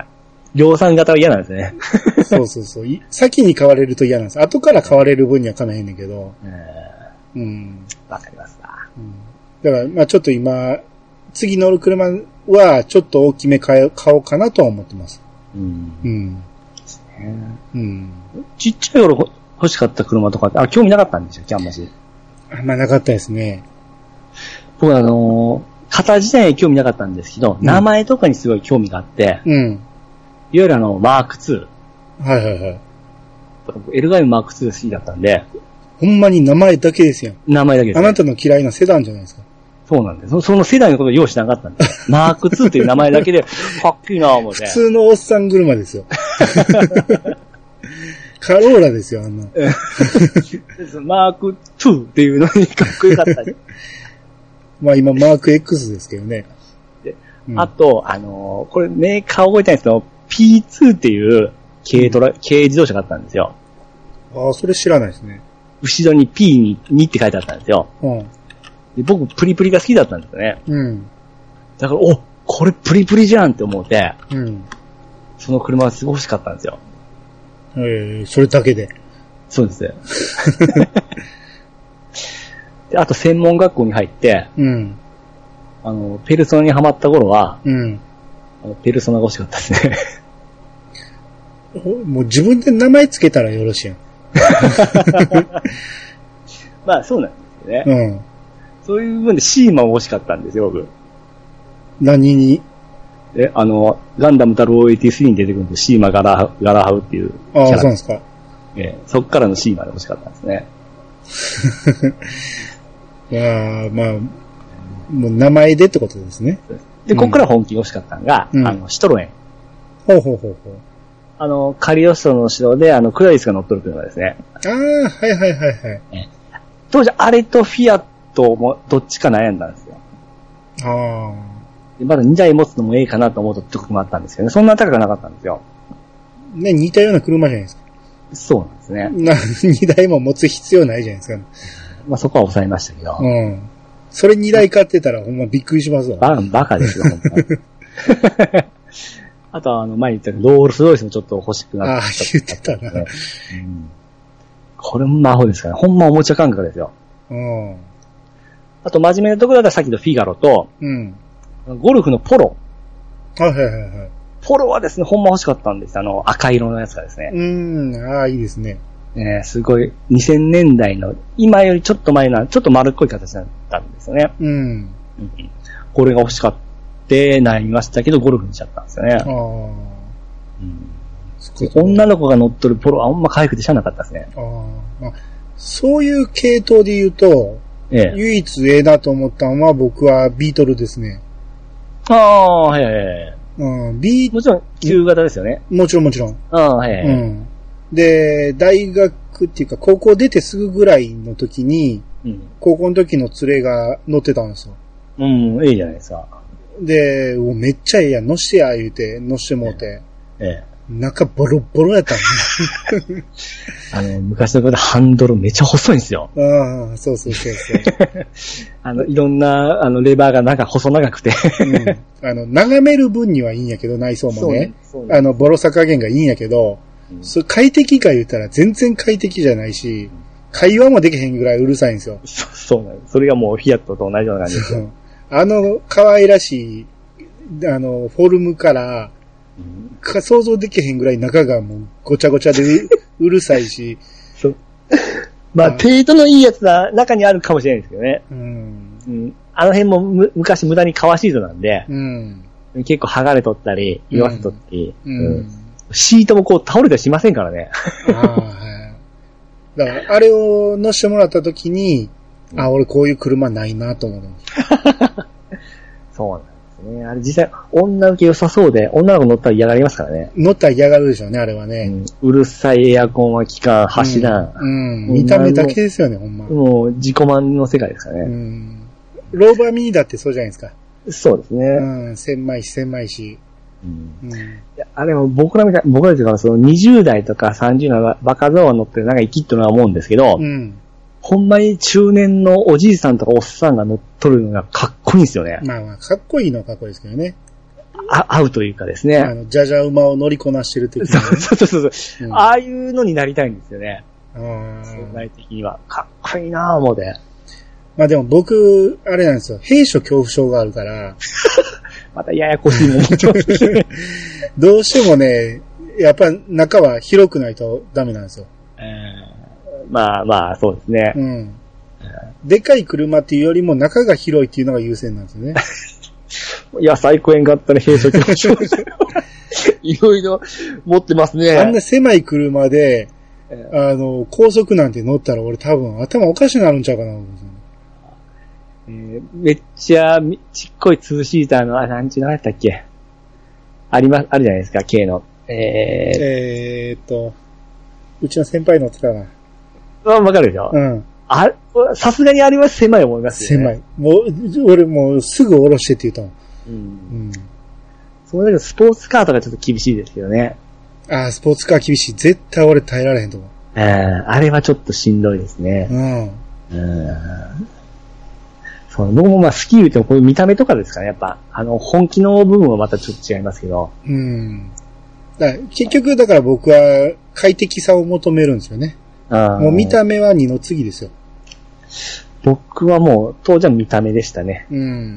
量産型は嫌なんですね。 そうそうそう。先に買われると嫌なんです。後から買われる分にはかなへんねんけど。 うん。わかりますな。 うん。だから、まあちょっと今、次乗る車はちょっと大きめ買おうかなとは思ってます。うん。うん。ですね。うん。ちっちゃい頃欲しかった車とかって、あ、興味なかったんでしょ、キャンバス。 あんまなかったですね。 僕はあのー、型自体に興味なかったんですけど、うん、名前とかにすごい興味があって、うん。いわゆるあの、マークツー。 はいはいはい。 エルガイムマークツー好きだったんで。 ほんまに名前だけですよ。 名前だけです、ね。 あなたの嫌いなセダンじゃないですか。 そうなんです。その世代のことを用意しなかったんです。マークツーという名前だけで、かっこいいなぁ思って。 普通のおっさん車ですよ。カローラですよ、あんな。 マークツーっていうのにかっこよかったり。 まあ今マーク X ですけどね。 でうん、あと、あのー、これメーカー覚えてないんですけど、ピーツー っていう軽トラ、軽自動車があったんですよ。 ああ、それ知らないですね。 後ろに P ににって書いてあったんですよ。うん、で僕、プリプリが好きだったんですよね。うん。だから、お、これプリプリじゃんって思って、うん。その車はすごい欲しかったんですよ。 えー、それだけで。 そうですね。で、あと専門学校に入って、うん。あの、ペルソナにハマった頃は、うん。あのペルソナが欲しかったですね。 もう自分で名前つけたらよろしいやん。 まあ、そうなんですよね。うん。そういう部分でシーマも欲しかったんですよ、僕。 何にえ、あの、ガンダムタル オーエイティースリー に出てくるんで、シーマガラ、ガラハウっていう。 ああ、そうなんですか。 えー、そっからのシーマで欲しかったんですね。 いやー、まあ、もう名前でってことですね。 で、こっから本気欲しかったのが、うん、あの、シトロエン。 ほうほうほうほう。 あの、カリオストロの城で、あの、クラリスが乗っとる車ですね。 ああ、はいはいはいはい。 当時、あれとフィアットも、どっちか悩んだんですよ。 ああ。 まだにだい持つのもええかなと思った時もあったんですけどね。そんな高くなかったんですよ。 ね、似たような車じゃないですか。 そうなんですね。な、にだいも持つ必要ないじゃないですか。 まあそこは抑えましたけど。 うん。それにだい買ってたらほんまびっくりしますわ。 バカ、バカですよ、ほんま。あとはあの、前言ったロールスロイスもちょっと欲しくなって、ね。 ああ、言ってたな。うん。 これも魔法ですからね。ほんまおもちゃ感覚ですよ。うん。あと真面目なところだったらさっきのフィガロと、うん。ゴルフのポロ。 はいはいはいはい。 ポロはですね、ほんま欲しかったんです。あの、赤色のやつがですね。 うーん、ああ、いいですね。 えー、すごい、にせんねんだいの、今よりちょっと前な、ちょっと丸っこい形だったんですよね。うん。うん、これが欲しかった、なりましたけど、ゴルフにしちゃったんですよね。ああ。うん。女の子が乗っとるポロはあんま可愛くてしゃあなかったですね。ああ。 まあ、そういう系統で言うと、ええ、唯一ええなと思ったのは僕はビートルですね。 ああ、はいはいはい。 うん、ビーもちろん、旧型ですよね。 もちろんもちろん。 ああ、はいはい。うん。 で、大学っていうか、高校出てすぐぐらいの時に、うん、高校の時の連れが乗ってたんですよ。 うん、いいじゃないですか。 で、めっちゃええやん、乗してや、言うて、乗してもうて。ええ。中ボロボロやったんね。 あの、昔の子でハンドルめっちゃ細いんですよ。 ああ、そうそうそうそう。 あの、いろんな、あの、レバーがなんか細長くて、 うん。あの、眺める分にはいいんやけど、内装もね。そうねあの、ボロさ加減がいいんやけど、うん、それ快適か言ったら全然快適じゃないし、会話もできへんぐらいうるさいんですよ。 そ, そうなんです。それがもうフィアットと同じような感じですよ。 あの、可愛らしい、あの、フォルムから、か想像できへんぐらい中がもうごちゃごちゃで う, うるさいし。そう。 まあ、程度のいいやつは中にあるかもしれないですけどね。うん。うん、あの辺もむ昔無駄に革シートなんで、うん、結構剥がれとったり、言わせとったり、うんうん、シートもこう倒れたりしませんからね。あはい。 だから、あれを乗せてもらった時に、あ、俺こういう車ないなと思う。 そうなんですね。あれ実際、女受け良さそうで、女の子乗ったら嫌がりますからね。 乗ったら嫌がるでしょうね、あれはね。 うん、うるさいエアコンは効かん、走らん。 うん。うん、見た目だけですよね、ほんま。 もう、自己満の世界ですからね。うん。 ローバーミニだってそうじゃないですか。 そうですね。 うん、千枚し、千枚し。 うん。うん、いやあれも僕らみたい、僕らというか、そのにじゅう代とかさんじゅう代のバカザワ乗ってるなんか生きっとるのは思うんですけど、うん。ほんまに中年のおじいさんとかおっさんが乗っとるのがかっこいいんですよね。 まあまあ、かっこいいのはかっこいいですけどね。 あ合うというかですね。 あの、じゃじゃ馬を乗りこなしてるという、ね。 そうそうそうそう、うん。ああいうのになりたいんですよね。 あ将来的には。かっこいいなぁ、思うで。 まあでも僕、あれなんですよ。兵所恐怖症があるから。 またややこしいもん持ってますね。 どうしてもね、やっぱ中は広くないとダメなんですよ。 えー、まあまあ、そうですね。 うん。でかい車っていうよりも中が広いっていうのが優先なんですよね。 いや、最高円があったら兵所恐怖症。いろいろ持ってますね。 あんな狭い車で、あの、高速なんて乗ったら俺多分頭おかしになるんちゃうかな。 えー、めっちゃちっこいツーシーターの、あ、なんちゅうのやったっけありま、あるじゃないですか、K の。えー、 えーっと、うちの先輩乗ってたな。 あ、わかるでしょ？うん。あ、さすがにあれは狭い思いますよね。狭い。 もう、俺もうすぐ下ろしてって言ったの。うん。うん。 そうだけど、スポーツカーとかちょっと厳しいですけどね。 ああ、スポーツカー厳しい。絶対俺耐えられへんと思う。 えー、あれはちょっとしんどいですね。うん。うん。そう、僕もまあ好き言うてもこういう見た目とかですかね。やっぱ、あの、本気の部分はまたちょっと違いますけど。 うん。だ結局、だから僕は快適さを求めるんですよね。あもう見た目は二の次ですよ。 僕はもう、当時は見た目でしたね。 うん。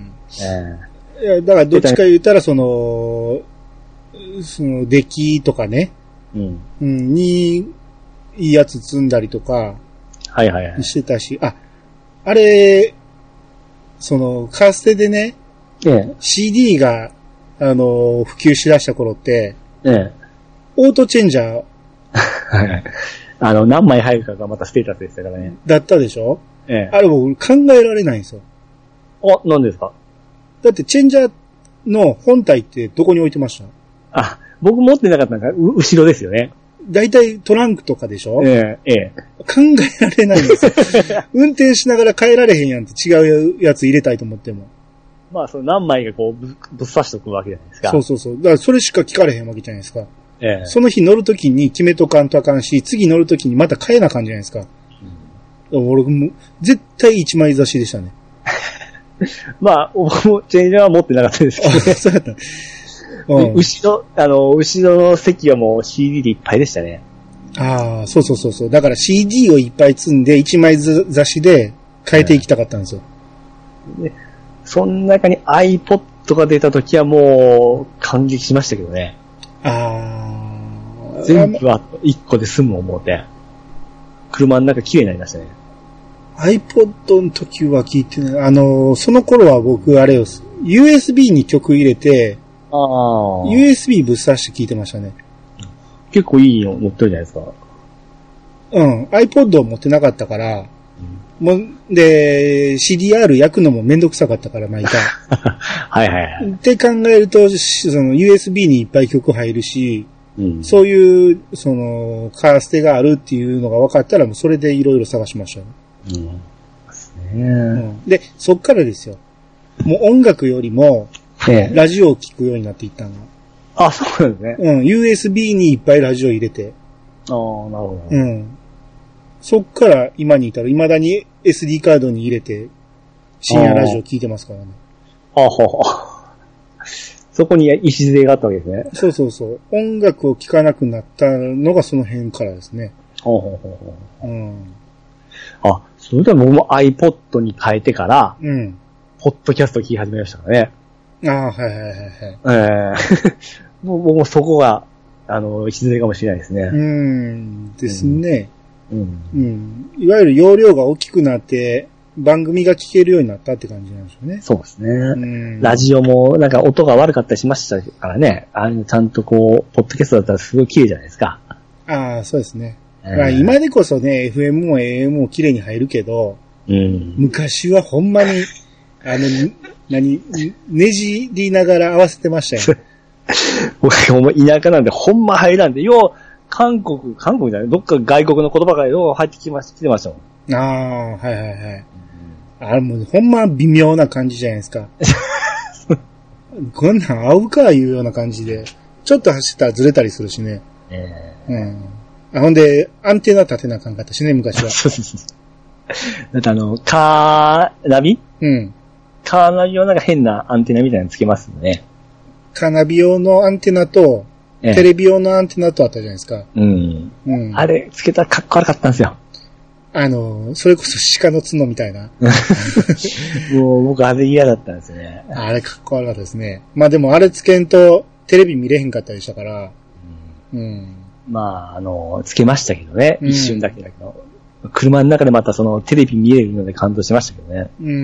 えー、いやだからどっちか言ったら、その、その、出来とかね。うん。うん、に、いいやつ積んだりとか。 はいはいはい。 してたし、あ、あれ、その、カーステでね、ええ、シーディー が、あの、普及しだした頃って、ええ、オートチェンジャー。 はい。あの、何枚入るかがまたステータスでしたからね。 だったでしょ？ええ。あれ僕考えられないんですよ。 あ、何ですか？ だってチェンジャーの本体ってどこに置いてました？ あ、僕持ってなかったのが後ろですよね。 だいたいトランクとかでしょ？ええ、ええ。考えられないんですよ。運転しながら変えられへんやんって違うやつ入れたいと思っても。 まあ、その何枚かこうぶ、ぶっ刺しとくわけじゃないですか。 そうそうそう。だからそれしか聞かれへんわけじゃないですか。 ええ。 その日乗るときに決めとかんとあかんし、次乗るときにまた変えなあかんじゃないですか。うん、俺も、絶対一枚差しでしたね。 まあ、僕もチェンジャーは持ってなかったですけど、ね。そうだった。うん、後ろ、あの、後ろの席はもう シーディー でいっぱいでしたね。 ああ、そうそうそうそう。だから シーディー をいっぱい積んで一枚差しで変えていきたかったんですよ。 でその中に iPod が出た時はもう感激しましたけどね。ああ。全部はいっこで済む思うて。車の中綺麗になりましたね。 iPod の時は聞いてない。あの、その頃は僕あれを ユーエスビー に曲入れて、ああ。ユーエスビー ぶっ刺して聞いてましたね。 結構いいの持ってるじゃないですか。 うん。iPod を持ってなかったから、うん、もう、で、シーディーアール 焼くのもめんどくさかったから、毎回。 はいはいはい。 って考えると、その ユーエスビー にいっぱい曲入るし、うん、そういう、その、カーステがあるっていうのが分かったら、もうそれでいろいろ探しましたね。うん。ですね、うん。で、そっからですよ。もう音楽よりも、ラジオを聞くようになっていったの。 あ、そうなんですね。 うん。ユーエスビー にいっぱいラジオ入れて。 ああ、なるほど。 うん。そっから今に至る、未だに エスディー カードに入れて、深夜ラジオ聞いてますからね。 ああ、ほほ。そこに礎があったわけですね。 そうそうそう。音楽を聴かなくなったのがその辺からですね。ほうほうほうほう。うん。 あ、それでも僕も iPod に変えてから、うん。ポッドキャスト聞き始めましたからね。 ああ、はいはいはいはい。ええー、僕もそこが、あの、礎かもしれないですね。 うーん、ですね。うん。うん。いわゆる容量が大きくなって、番組が聞けるようになったって感じなんですよね。 そうですね。うん、ラジオも、なんか音が悪かったりしましたからね。あれちゃんとこう、ポッドキャストだったらすごい綺麗じゃないですか。 ああ、そうですね。えーまあ、今でこそね、エフエム も エーエム も綺麗に入るけど、うん、昔はほんまに、あの、何、ねじりながら合わせてましたよ。 僕ほんま田舎なんでほんま入らんで、よう、韓国、韓国じゃないどっか外国の言葉がよう入ってきまし、来てましたもん。 ああ、はいはいはい。あれもうほんま微妙な感じじゃないですか。こんなん合うかいうような感じで、ちょっと走ったらずれたりするしね。えー、うん。あ、ほんで、アンテナ立てなあかんかったしね、昔は。そうそうそう。 だってあの、カーナビ？ うん。 カーナビはなんか変なアンテナみたいなのつけますよね。 カーナビ用のアンテナと、テレビ用のアンテナとあったじゃないですか。 うん。うん。あれ、つけたらかっこ悪かったんですよ。 あの、それこそ鹿の角みたいな。 もう僕あれ嫌だったんですね。 あれかっこ悪かったですね。まあでもあれつけんとテレビ見れへんかったりしたから。 うん。うん、まあ、あの、つけましたけどね。一瞬だけだけど。うん、車の中でまたそのテレビ見れるので感動しましたけどね。 うん。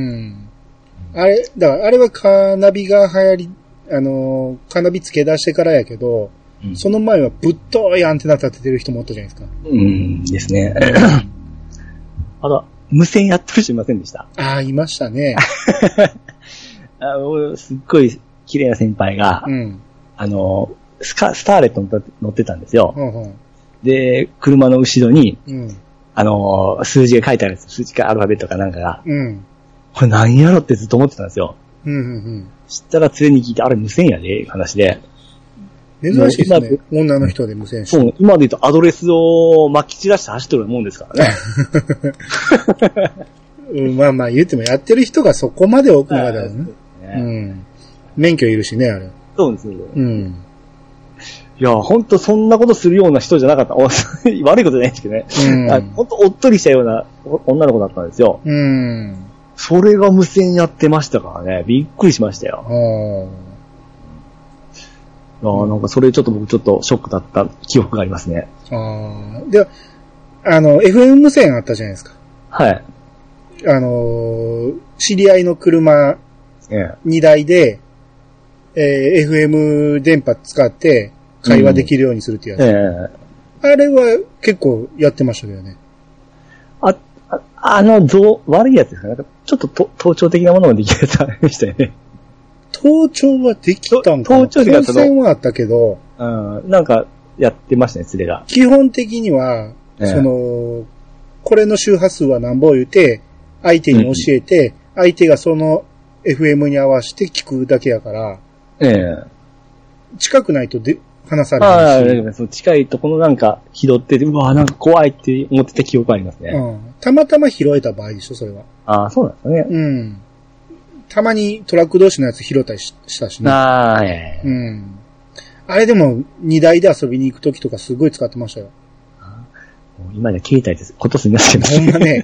あれ、だからあれはカーナビが流行り、あの、カーナビ付け出してからやけど、うん、その前はぶっといアンテナ立ててる人もおったじゃないですか。 うんですね。あと、無線やってる人いませんでした？ ああ、いましたね。 あすっごい綺麗な先輩が、うん、あの、スカ、スターレットに乗ってたんですよ。うんうん、で、車の後ろに、うん、あの、数字が書いてあるんです。数字かアルファベットかなんかが。うん、これ何やろってずっと思ってたんですよ。うんうんうん、知ったら連れに聞いて、あれ無線やで、話で。 珍しいですね。女の人で無線して。 そう、今で言うとアドレスを巻き散らして走ってるもんですからね。 うん、まあまあ言ってもやってる人がそこまで多くなかったよね。うん。免許いるしね、あれ。 そうですね。うん。いや、ほんとそんなことするような人じゃなかった。悪いことじゃないんですけどね。うん、ほんとおっとりしたような女の子だったんですよ。うん。それが無線やってましたからね。びっくりしましたよ。ああ、なんかそれちょっと僕ちょっとショックだった記憶がありますね。 ああ。で、あの、エフエム 無線あったじゃないですか。 はい。 あの、知り合いの車にだいで、えー、エフエム 電波使って会話できるようにするっていうやつ。うんえー、あれは結構やってましたけどね。 あ、あ, あの、ぞ悪いやつですかね。ちょっとと盗聴的なものができるやつありましたよね。 盗聴はできたんかな。盗聴で当選はあったけど、 うん、なんかやってましたね、連れが。 基本的には、ええ、その、これの周波数は何本言うて、相手に教えて、うん、相手がその エフエム に合わせて聞くだけやから、ええ、近くないとで話されないし。 ああ、そう近いところなんか拾ってて、うわ、なんか怖いって思ってた記憶ありますね。 うん。たまたま拾えた場合でしょ、それは。 ああ、そうなんですかね。 うん。たまにトラック同士のやつ拾ったりしたしね。 ああ、ええ。 うん。あれでも、荷台で遊びに行くときとかすごい使ってましたよ。 もう今で携帯です。ことすみません。 ほんまね。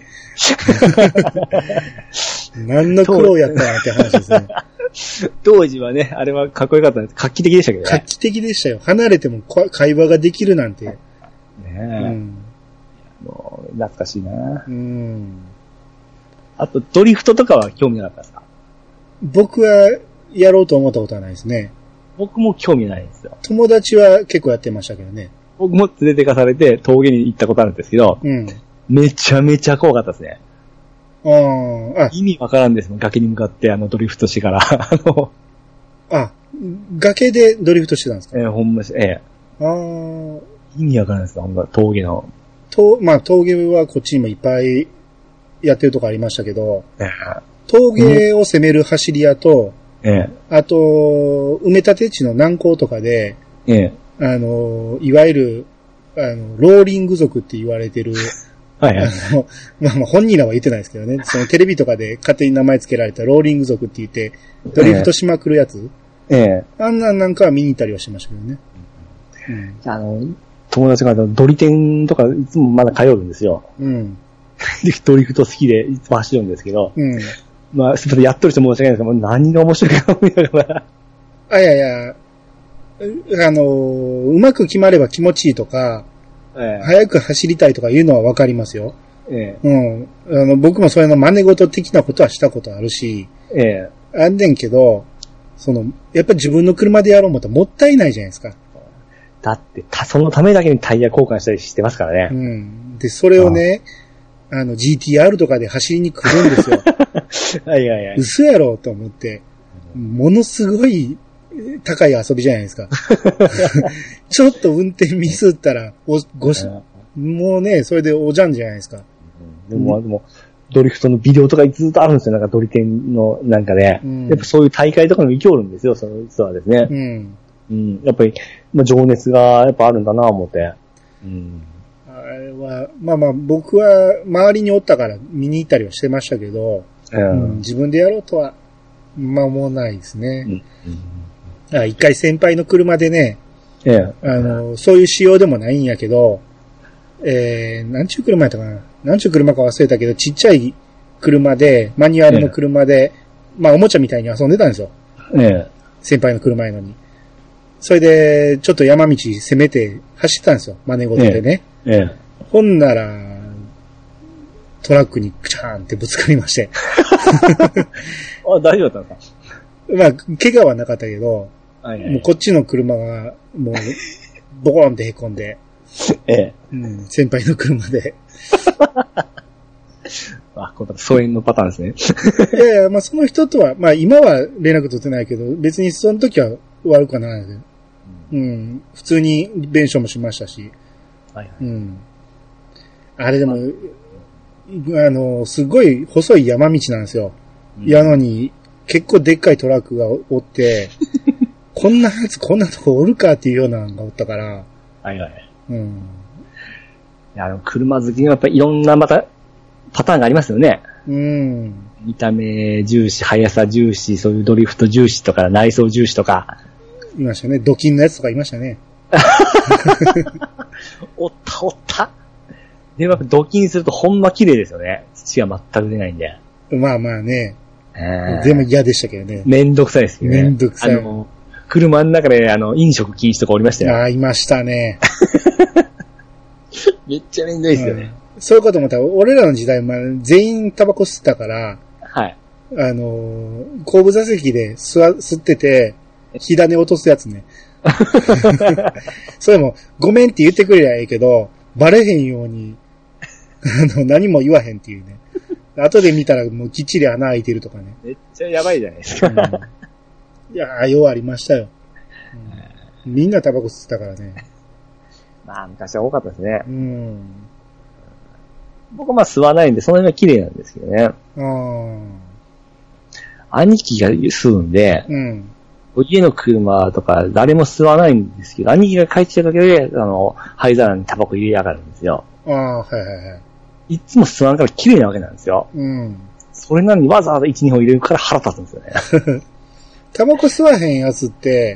何の苦労やったなって話ですね。 当時はね、あれはかっこよかったんです。画期的でしたけどね。 画期的でしたよ。離れても会話ができるなんて。ねえ。うん、 もう、懐かしいな。うん。あと、ドリフトとかは興味なかったですか？ 僕はやろうと思ったことはないですね。 僕も興味ないんですよ。 友達は結構やってましたけどね。 僕も連れてかされて峠に行ったことあるんですけど、うん、めちゃめちゃ怖かったですね。ああ。意味わからんですもん。崖に向かってあのドリフトしてから。あの。 あ、崖でドリフトしてたんですか？ えー、ほんまし、ええー。ああ。意味わからんですよ、ほんま、峠の。 と、まあ峠はこっちにもいっぱいやってるとこありましたけど、えー、峠を攻める走り屋と、ええ、あと、埋め立て地の南港とかで、ええ、あの、いわゆる、あの、ローリング族って言われてる、はいはい、あの、まあまあ本人らは言ってないですけどね、そのテレビとかで勝手に名前つけられたローリング族って言って、ドリフトしまくるやつ、ええ、あんなんなんかは見に行ったりはしましたけどね。 うん、あの、友達がドリテンとかいつもまだ通るんですよ。うん。ドリフト好きでいつも走るんですけど、うん。まあ、すみません、やっとる人申し訳ないですけど、何が面白いか思いながら。 あ、いやいや、あの、うまく決まれば気持ちいいとか、ええ、早く走りたいとかいうのはわかりますよ。ええ、うん。あの、僕もそれの真似事的なことはしたことあるし、ええ、あんねんけど、その、やっぱり自分の車でやろう思ったらもったいないじゃないですか。 だって、そのためだけにタイヤ交換したりしてますからね。 うん。で、それをね、あの、ジーティーアール とかで走りに来るんですよ。はいはいはい。嘘やろと思って、ものすごい高い遊びじゃないですか。ちょっと運転ミスったら、お、ごし、もうね、それでおじゃんじゃないですか。 でも、でも、ドリフトのビデオとかずっとあるんですよ。なんかドリテンのなんかで、うん。やっぱそういう大会とかにも行きおるんですよ、その実はですね。うん。うん。やっぱり、まあ、情熱がやっぱあるんだなぁ思って。うん。 あれは、まあまあ僕は周りにおったから見に行ったりはしてましたけど、うんうん、自分でやろうとは、まあ思わないですね。うんうん、 あ、一回先輩の車でね、 ええ。 あの、そういう仕様でもないんやけど、えー、なんちゅう車やったかな。なんちゅう車か忘れたけど、ちっちゃい車で、マニュアルの車で、ええ、まあおもちゃみたいに遊んでたんですよ。 ええ。 先輩の車やのに。それで、ちょっと山道攻めて走ってたんですよ。真似事でね。 ええ。ええ、 ほんなら、トラックにクチャーンってぶつかりまして。 あ、大丈夫だったのか。 まあ、怪我はなかったけど、 はいはい、 もうこっちの車が、もう、ボコーンって凹んで、 ええ。 うん、先輩の車で。 あ、これ疎遠のパターンですね。いやいや、まあその人とは、まあ今は連絡取ってないけど、別にその時は悪くはないので、うん、うん、普通に弁償もしましたし、 はいはい、 うん。あれでも、あの、すごい細い山道なんですよ。うん、やのに、結構でっかいトラックがおって、こんなやつこんなとこおるかっていうようなのがおったから。 はいはい。 うん。 いや、車好きにはやっぱりいろんなまたパターンがありますよね。 うん。 見た目重視、速さ重視、そういうドリフト重視とか、内装重視とか。 いましたね。ドキンのやつとかいましたね。 おったおった。でもやっぱドキンするとほんま綺麗ですよね。土が全く出ないんで。 まあまあね。全部嫌でしたけどね。 めんどくさいですよね。 めんどくさい。 あの、車の中であの、飲食禁止とかおりましたよ。 ああ、いましたね。 めっちゃめんどいですよね、うん。 そういうことも多分、俺らの時代、まあ、全員タバコ吸ってたから、 はい。 あの、後部座席で吸吸ってて、火種落とすやつね。それも、ごめんって言ってくれりゃいいけど、バレへんように、あの、何も言わへんっていうね。後で見たらもうきっちり穴開いてるとかね。 めっちゃやばいじゃないですか。うん、 いやー、ようありましたよ。うん、みんなタバコ吸ってたからね。 まあ、昔は多かったですね。 うん、 僕はまあ吸わないんで、その辺は綺麗なんですけどね。あ兄貴が吸うんで、うん、家の車とか誰も吸わないんですけど、兄貴が帰ってきた時で、あの、灰皿にタバコ入れやがるんですよ。 ああ、はいはいはい。 いつも吸わんから綺麗なわけなんですよ。 うん。 それなのにわざわざいち、にほん入れるから腹立つんですよね。 タバコ吸わへんやつって、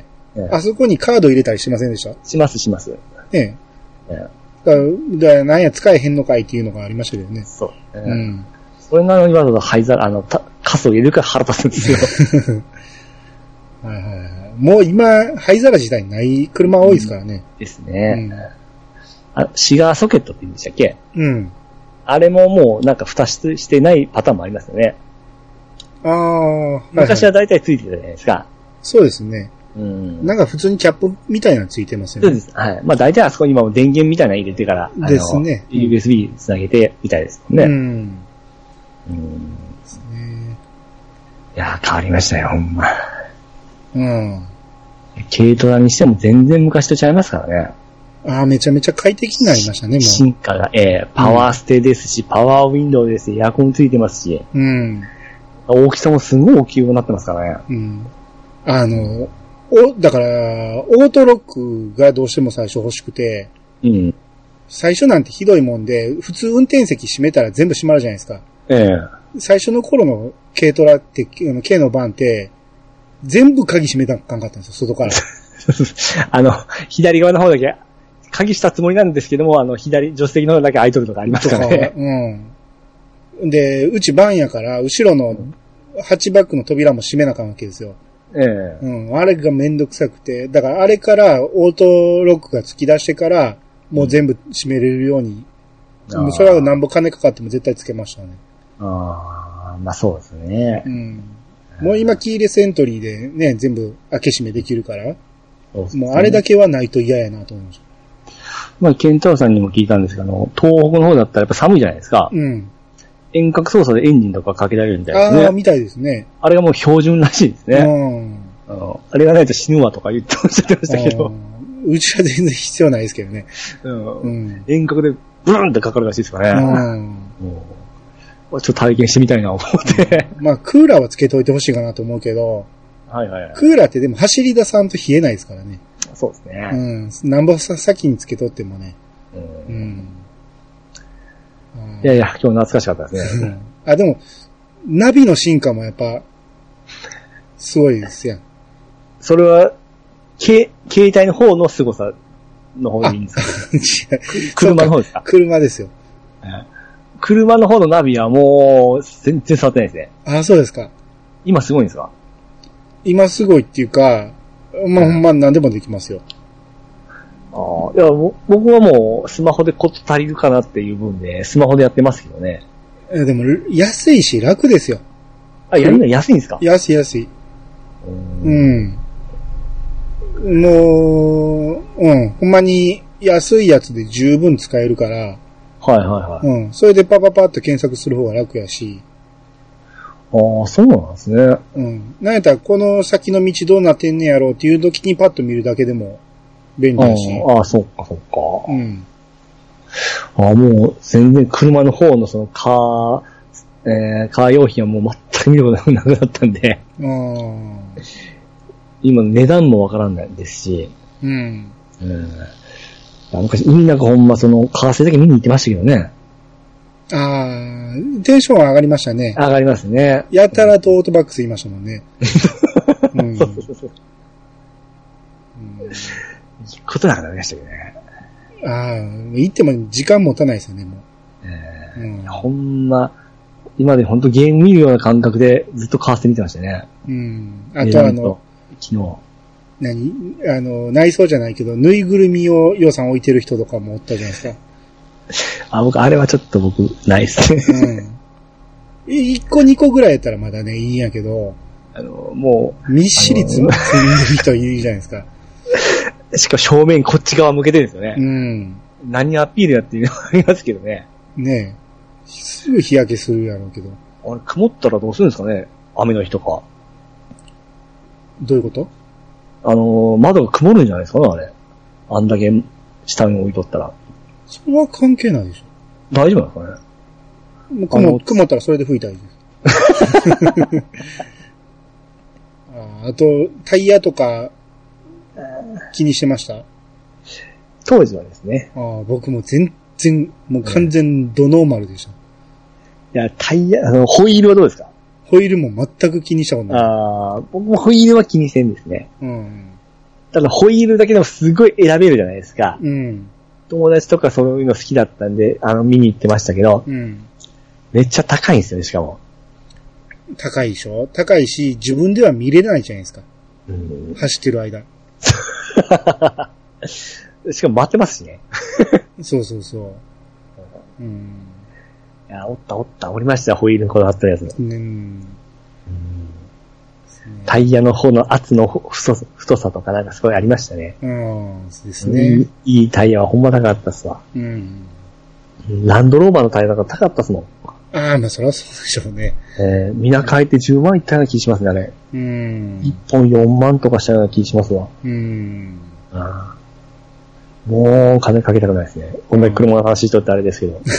ね、あそこにカード入れたりしませんでした？ しますします。 ねえ。ねだから、なんや使えへんのかいっていうのがありましたけどね。 そう。 うん。 それなのにわざわざ灰皿、あの、カスを入れるから腹立つんですよ。 はいはいはい。もう今、灰皿自体ない車多いですからね。 うん、ですね。うん、あ、シガーソケットって言うんでしたっけ？ うん。 あれももうなんか蓋してないパターンもありますよね。 ああ、 昔は大体ついてたじゃないですか。 そうですね。 うん。 なんか普通にキャップみたいなのついてますよね。 そうです。はい。まあ大体あそこに今も電源みたいなの入れてから。 ですね。 ユーエスビー つなげてみたいですもんね。うん。うん。 ですね。 いやー変わりましたよ、ほんま。 うん。 軽トラにしても全然昔と違いますからね。 ああ、めちゃめちゃ快適になりましたね、もう。 進化が、えー、パワーステですし、うん、パワーウィンドウですし、エアコンついてますし。 うん。 大きさもすごい大きくなってますからね。 うん。あの、お、だから、オートロックがどうしても最初欲しくて。 うん。 最初なんてひどいもんで、普通運転席閉めたら全部閉まるじゃないですか。 ええー。 最初の頃の軽トラって、軽のバンって、全部鍵閉めたらあかんかったんですよ、外から。 あの、左側の方だけ、鍵したつもりなんですけども、あの、左、助手席の方だけ開いとるとかありますからね。 うん。で、うちバンやから、後ろのハッチバックの扉も閉めなあかんわけですよ。 ええー。 うん。あれがめんどくさくて、だからあれからオートロックが突き出してから、もう全部閉めれるように、うん、それはなんぼ金かかっても絶対つけましたね。 ああ、まあそうですね。 うん。もう今キーレスエントリーでね、全部開け閉めできるから、そうですね、もうあれだけはないと嫌やなと思いました。 まあ、ケンタロウさんにも聞いたんですけど、東北の方だったらやっぱ寒いじゃないですか。 うん。 遠隔操作でエンジンとかかけられるみたいですね。 ああ、みたいですね。 あれがもう標準らしいですね。 うん。 あの、あれがないと死ぬわとか言っておっしゃってましたけど。 うちは全然必要ないですけどね。 うん。うん、遠隔でブーンってかかるらしいですかね。うん。ちょっと体験してみたいな思って。 まあ、クーラーはつけといてほしいかなと思うけど。 はいはいはい。 クーラーってでも走り出さんと冷えないですからね。 そうですね。 うん。なんぼ先につけとってもね。うん。うん、 いやいや、今日懐かしかったですね。うん、 あ、でも、ナビの進化もやっぱ、すごいですやん。 それは、け、携帯の方の凄さの方でいいんですか？車の方ですか？ 車ですよ。 車の方のナビはもう、全然触ってないですね。 あ、そうですか。 今すごいんですか？ 今すごいっていうか、まあ、ほんま何でもできますよ。 ああ、いや、僕はもう、スマホでコツ足りるかなっていう分で、スマホでやってますけどね。 でも、安いし楽ですよ。 あ、やるの安いんですか？ 安い安い。うん。もう、うん。ほんまに安いやつで十分使えるから。はいはいはい。 うん。それでパパパッと検索する方が楽やし。 ああ、そうなんですね。 うん。なんやったらこの先の道どうなってんねやろうっていう時にパッと見るだけでも便利だし。 ああ、そうかそうか。 うん。 ああ、もう全然車の方のそのカー、えー、カー用品はもう全く見ることなくなったんで。ああ。今値段もわからないですし。うん。うん。昔みんながほんまその、為替だけ見に行ってましたけどね。 ああ、テンション上がりましたね。 上がりますね。 やたらとオートバックス言いましたもんね。うん。そうそうそう。 うん。行くことなくなりましたけどね。 ああ、行っても時間持たないですよね、もう。 えーうん、ほんま、今までほんとゲーム見るような感覚でずっと為替見てましたね。うん。あとあの、昨日。 何あの、内装じゃないけど、ぬいぐるみを予算置いてる人とかもおったじゃないですか。 あ、僕、あれはちょっと僕、ないっすね。 うん。一個二個ぐらいやったらまだね、いいんやけど、 あの、もう、みっしり積んでる人いるじゃないですか。 しかも正面こっち側向けてるんですよね。 うん。 何アピールやっていうのありますけどね。 ねえ。すぐ日焼けするやろうけど。 あれ、曇ったらどうするんですかね？雨の日とか。 どういうこと？ あの、窓が曇るんじゃないですかね、あれ。あんだけ下に置いとったら。 それは関係ないでしょ。 大丈夫なんですかね？ もう曇、曇ったらそれで吹いたらいいです。あ, あと、タイヤとか、気にしてました？ 当時はですね。 ああ、僕も全然、もう完全ドノーマルでした。 いや、タイヤ、あの、ホイールはどうですか？ ホイールも全く気にしたことない。 ああ、僕もホイールは気にせんですね。うん。ただホイールだけでもすごい選べるじゃないですか。うん。友達とかそういうの好きだったんで、あの、見に行ってましたけど。うん。めっちゃ高いんですよね、しかも。 高いでしょ？高いし、自分では見れないじゃないですか。うん。走ってる間。 しかも待ってますしね。 そうそうそう。うん。 いや、おったおった、おりました、ホイールにこだわったやつ。うん。うん、タイヤの方の圧の太さ、太さとかなんかすごいありましたね。 うん、そうですね。いい、いいタイヤはほんま高かったっすわ。うん。ランドローバーのタイヤだから高かったっすもん。 ああ、まあそりゃそうでしょうね。 えー、みな変えてじゅうまんいったような気しますね、あれ。うん。いっぽんよんまんとかしたような気しますわ。うん。ああ。もう金かけたくないですね。こんなに車の話しとってあれですけど。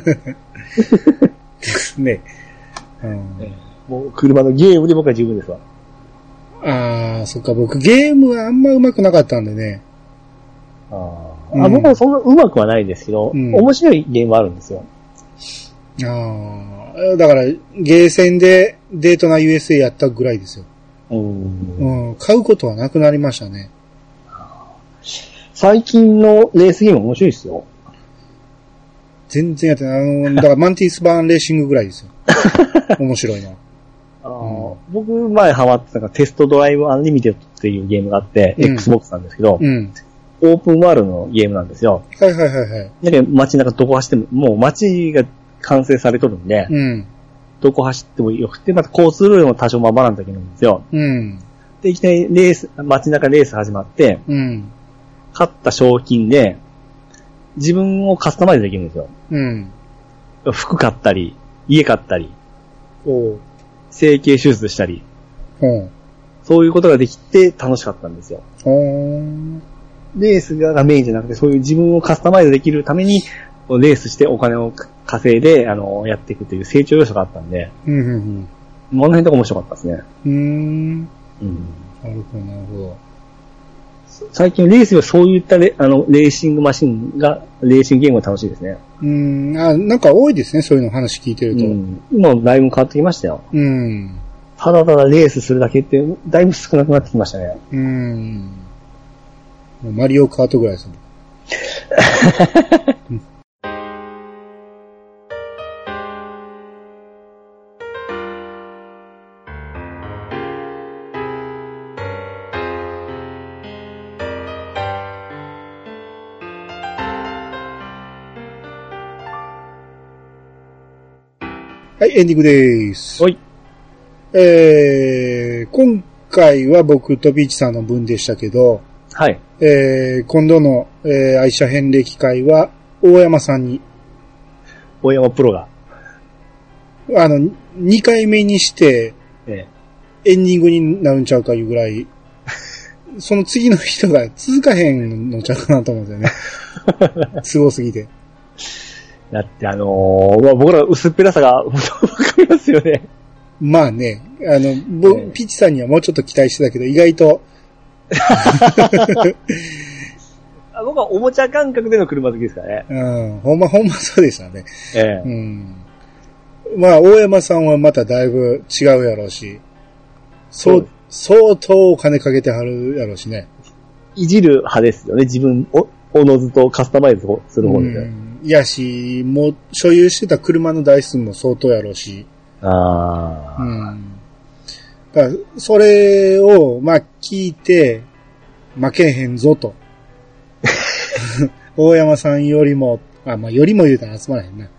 ね、 うん。もう車のゲームで僕は十分ですわ。 ああ、そっか、僕ゲームはあんま上手くなかったんでね。 あ、うん、あ、僕はそんな上手くはないですけど、うん、面白いゲームはあるんですよ。 ああ、だからゲーセンでデートナ ユーエスエー やったぐらいですよ。うん、うん、買うことはなくなりましたね。 最近のレースゲーム面白いですよ。 全然やってない。あの、だからマンティスバーンレーシングぐらいですよ。面白いな。 あ、うん、僕前ハマってたのがテストドライブアンリミテッドっていうゲームがあって、うん、Xbox なんですけど、うん、オープンワールドのゲームなんですよ。 はいはいはいはい。 だけど街中どこ走っても、もう街が完成されとるんで、うん、どこ走ってもよくて、また交通ルールも多少まばらなときなんですよ。うん、で、いきなりレース、街中レース始まって、うん、勝った賞金で、自分をカスタマイズできるんですよ。うん。服買ったり、家買ったり、お整形手術したり、うん、そういうことができて楽しかったんですよ。レースがメインじゃなくて、そういう自分をカスタマイズできるために、レースしてお金を稼いで、あの、やっていくという成長要素があったんで、うんうんうん、この辺とか面白かったですね。うーん。うん。なるほど、なるほど。最近レースはそういったレあのレーシングマシンが、レーシングゲームが楽しいですね。 うーん、あ、なんか多いですね、そういうの話聞いてると。うん、 今だいぶ変わってきましたよ。うん。 ただただレースするだけってだいぶ少なくなってきましたね。 うーん。もうマリオカートぐらいですもん。はい、エンディングでーす。 はい。 えー、今回は僕とビーチさんの分でしたけど、 はい。 えー、今度の、えー、愛車遍歴会は、大山さんに。 大山プロが。 あの、にかいめにして、 ええ、エンディングになるんちゃうかいうぐらい、その次の人が続かへんのちゃうかなと思うんですよね。すごすぎて。 だってあのー、まあ、僕ら薄っぺらさが、わかりますよね。 まあね、あの、ぼ、 ね、 ピッチさんにはもうちょっと期待してたけど、意外と、 僕はおもちゃ感覚での車好きですからね。 うん、ほんま、ほんまそうでしたね。 ええ。 うん。まあ、大山さんはまただいぶ違うやろうし、そう、相当お金かけてはるやろうしね。 いじる派ですよね、自分を、おのずとカスタマイズする方で、ね。うん。 いやし、もう、所有してた車の台数も相当やろうし。 ああ。 うん。だから、それを、まあ、聞いて、負けへんぞと。大山さんよりも、あ、まあ、よりも言うたら集まらへんな。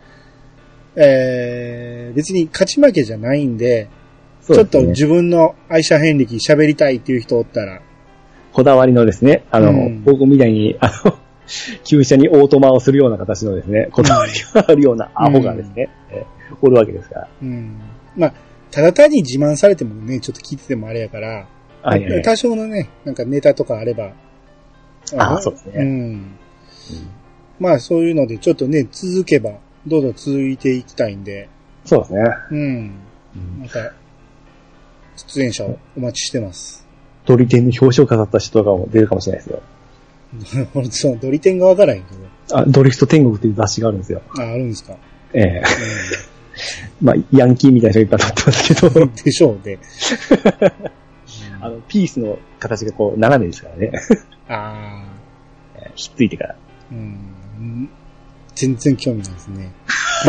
えー、別に勝ち負けじゃないんで、でね、ちょっと自分の愛車遍歴喋りたいっていう人おったら。 こだわりのですね、あの、うん、僕みたいに、あの、旧車にオートマをするような形のですね、こだわりがあるようなアホがですね、うん、えおるわけですから。 うん。まあ、ただ単に自慢されてもね、ちょっと聞いててもあれやから、はいはい、多少のね、なんかネタとかあれば。 ああ、そうですね。うん。うん、 まあ、そういうのでちょっとね、続けば、どんどん続いていきたいんで。 そうですね。 うん。また、出演者をお待ちしてます。 ドリテンの表彰飾った人が出るかもしれないですよ。 そのドリテンがわからへんけど。あ、ドリフト天国っていう雑誌があるんですよ。 あ、あるんですか。 ええ。うん、まあ、ヤンキーみたいな人いっぱい立ってますけど。 でしょうね。 あの、ピースの形がこう、斜めですからね。 ああ。ひっついてから。 うん。全然興味ないですね。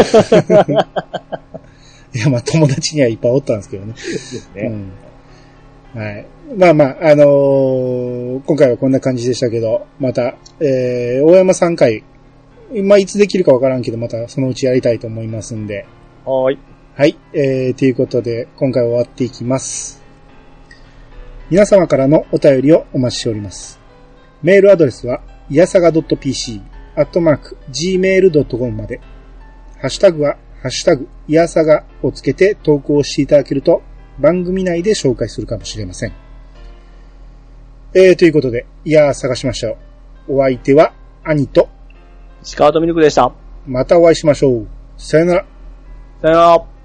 いや、まあ、友達にはいっぱいおったんですけどね。 ですね。 うん、はい。まあまあ、あのー、今回はこんな感じでしたけど、また、えー、大山さん回、まあ、いつできるかわからんけど、またそのうちやりたいと思いますんで。 はい。 はい。えー、ということで、今回は終わっていきます。皆様からのお便りをお待ちしております。メールアドレスは、いやさが .pc、アットマーク、ジーメールドットコム まで。ハッシュタグは、ハッシュタグ、いやさがをつけて投稿していただけると、番組内で紹介するかもしれません。えー、ということで、いやー探しましょう。お相手は、兄と、 石川とミルクでした。 またお会いしましょう。さよなら。 さよなら。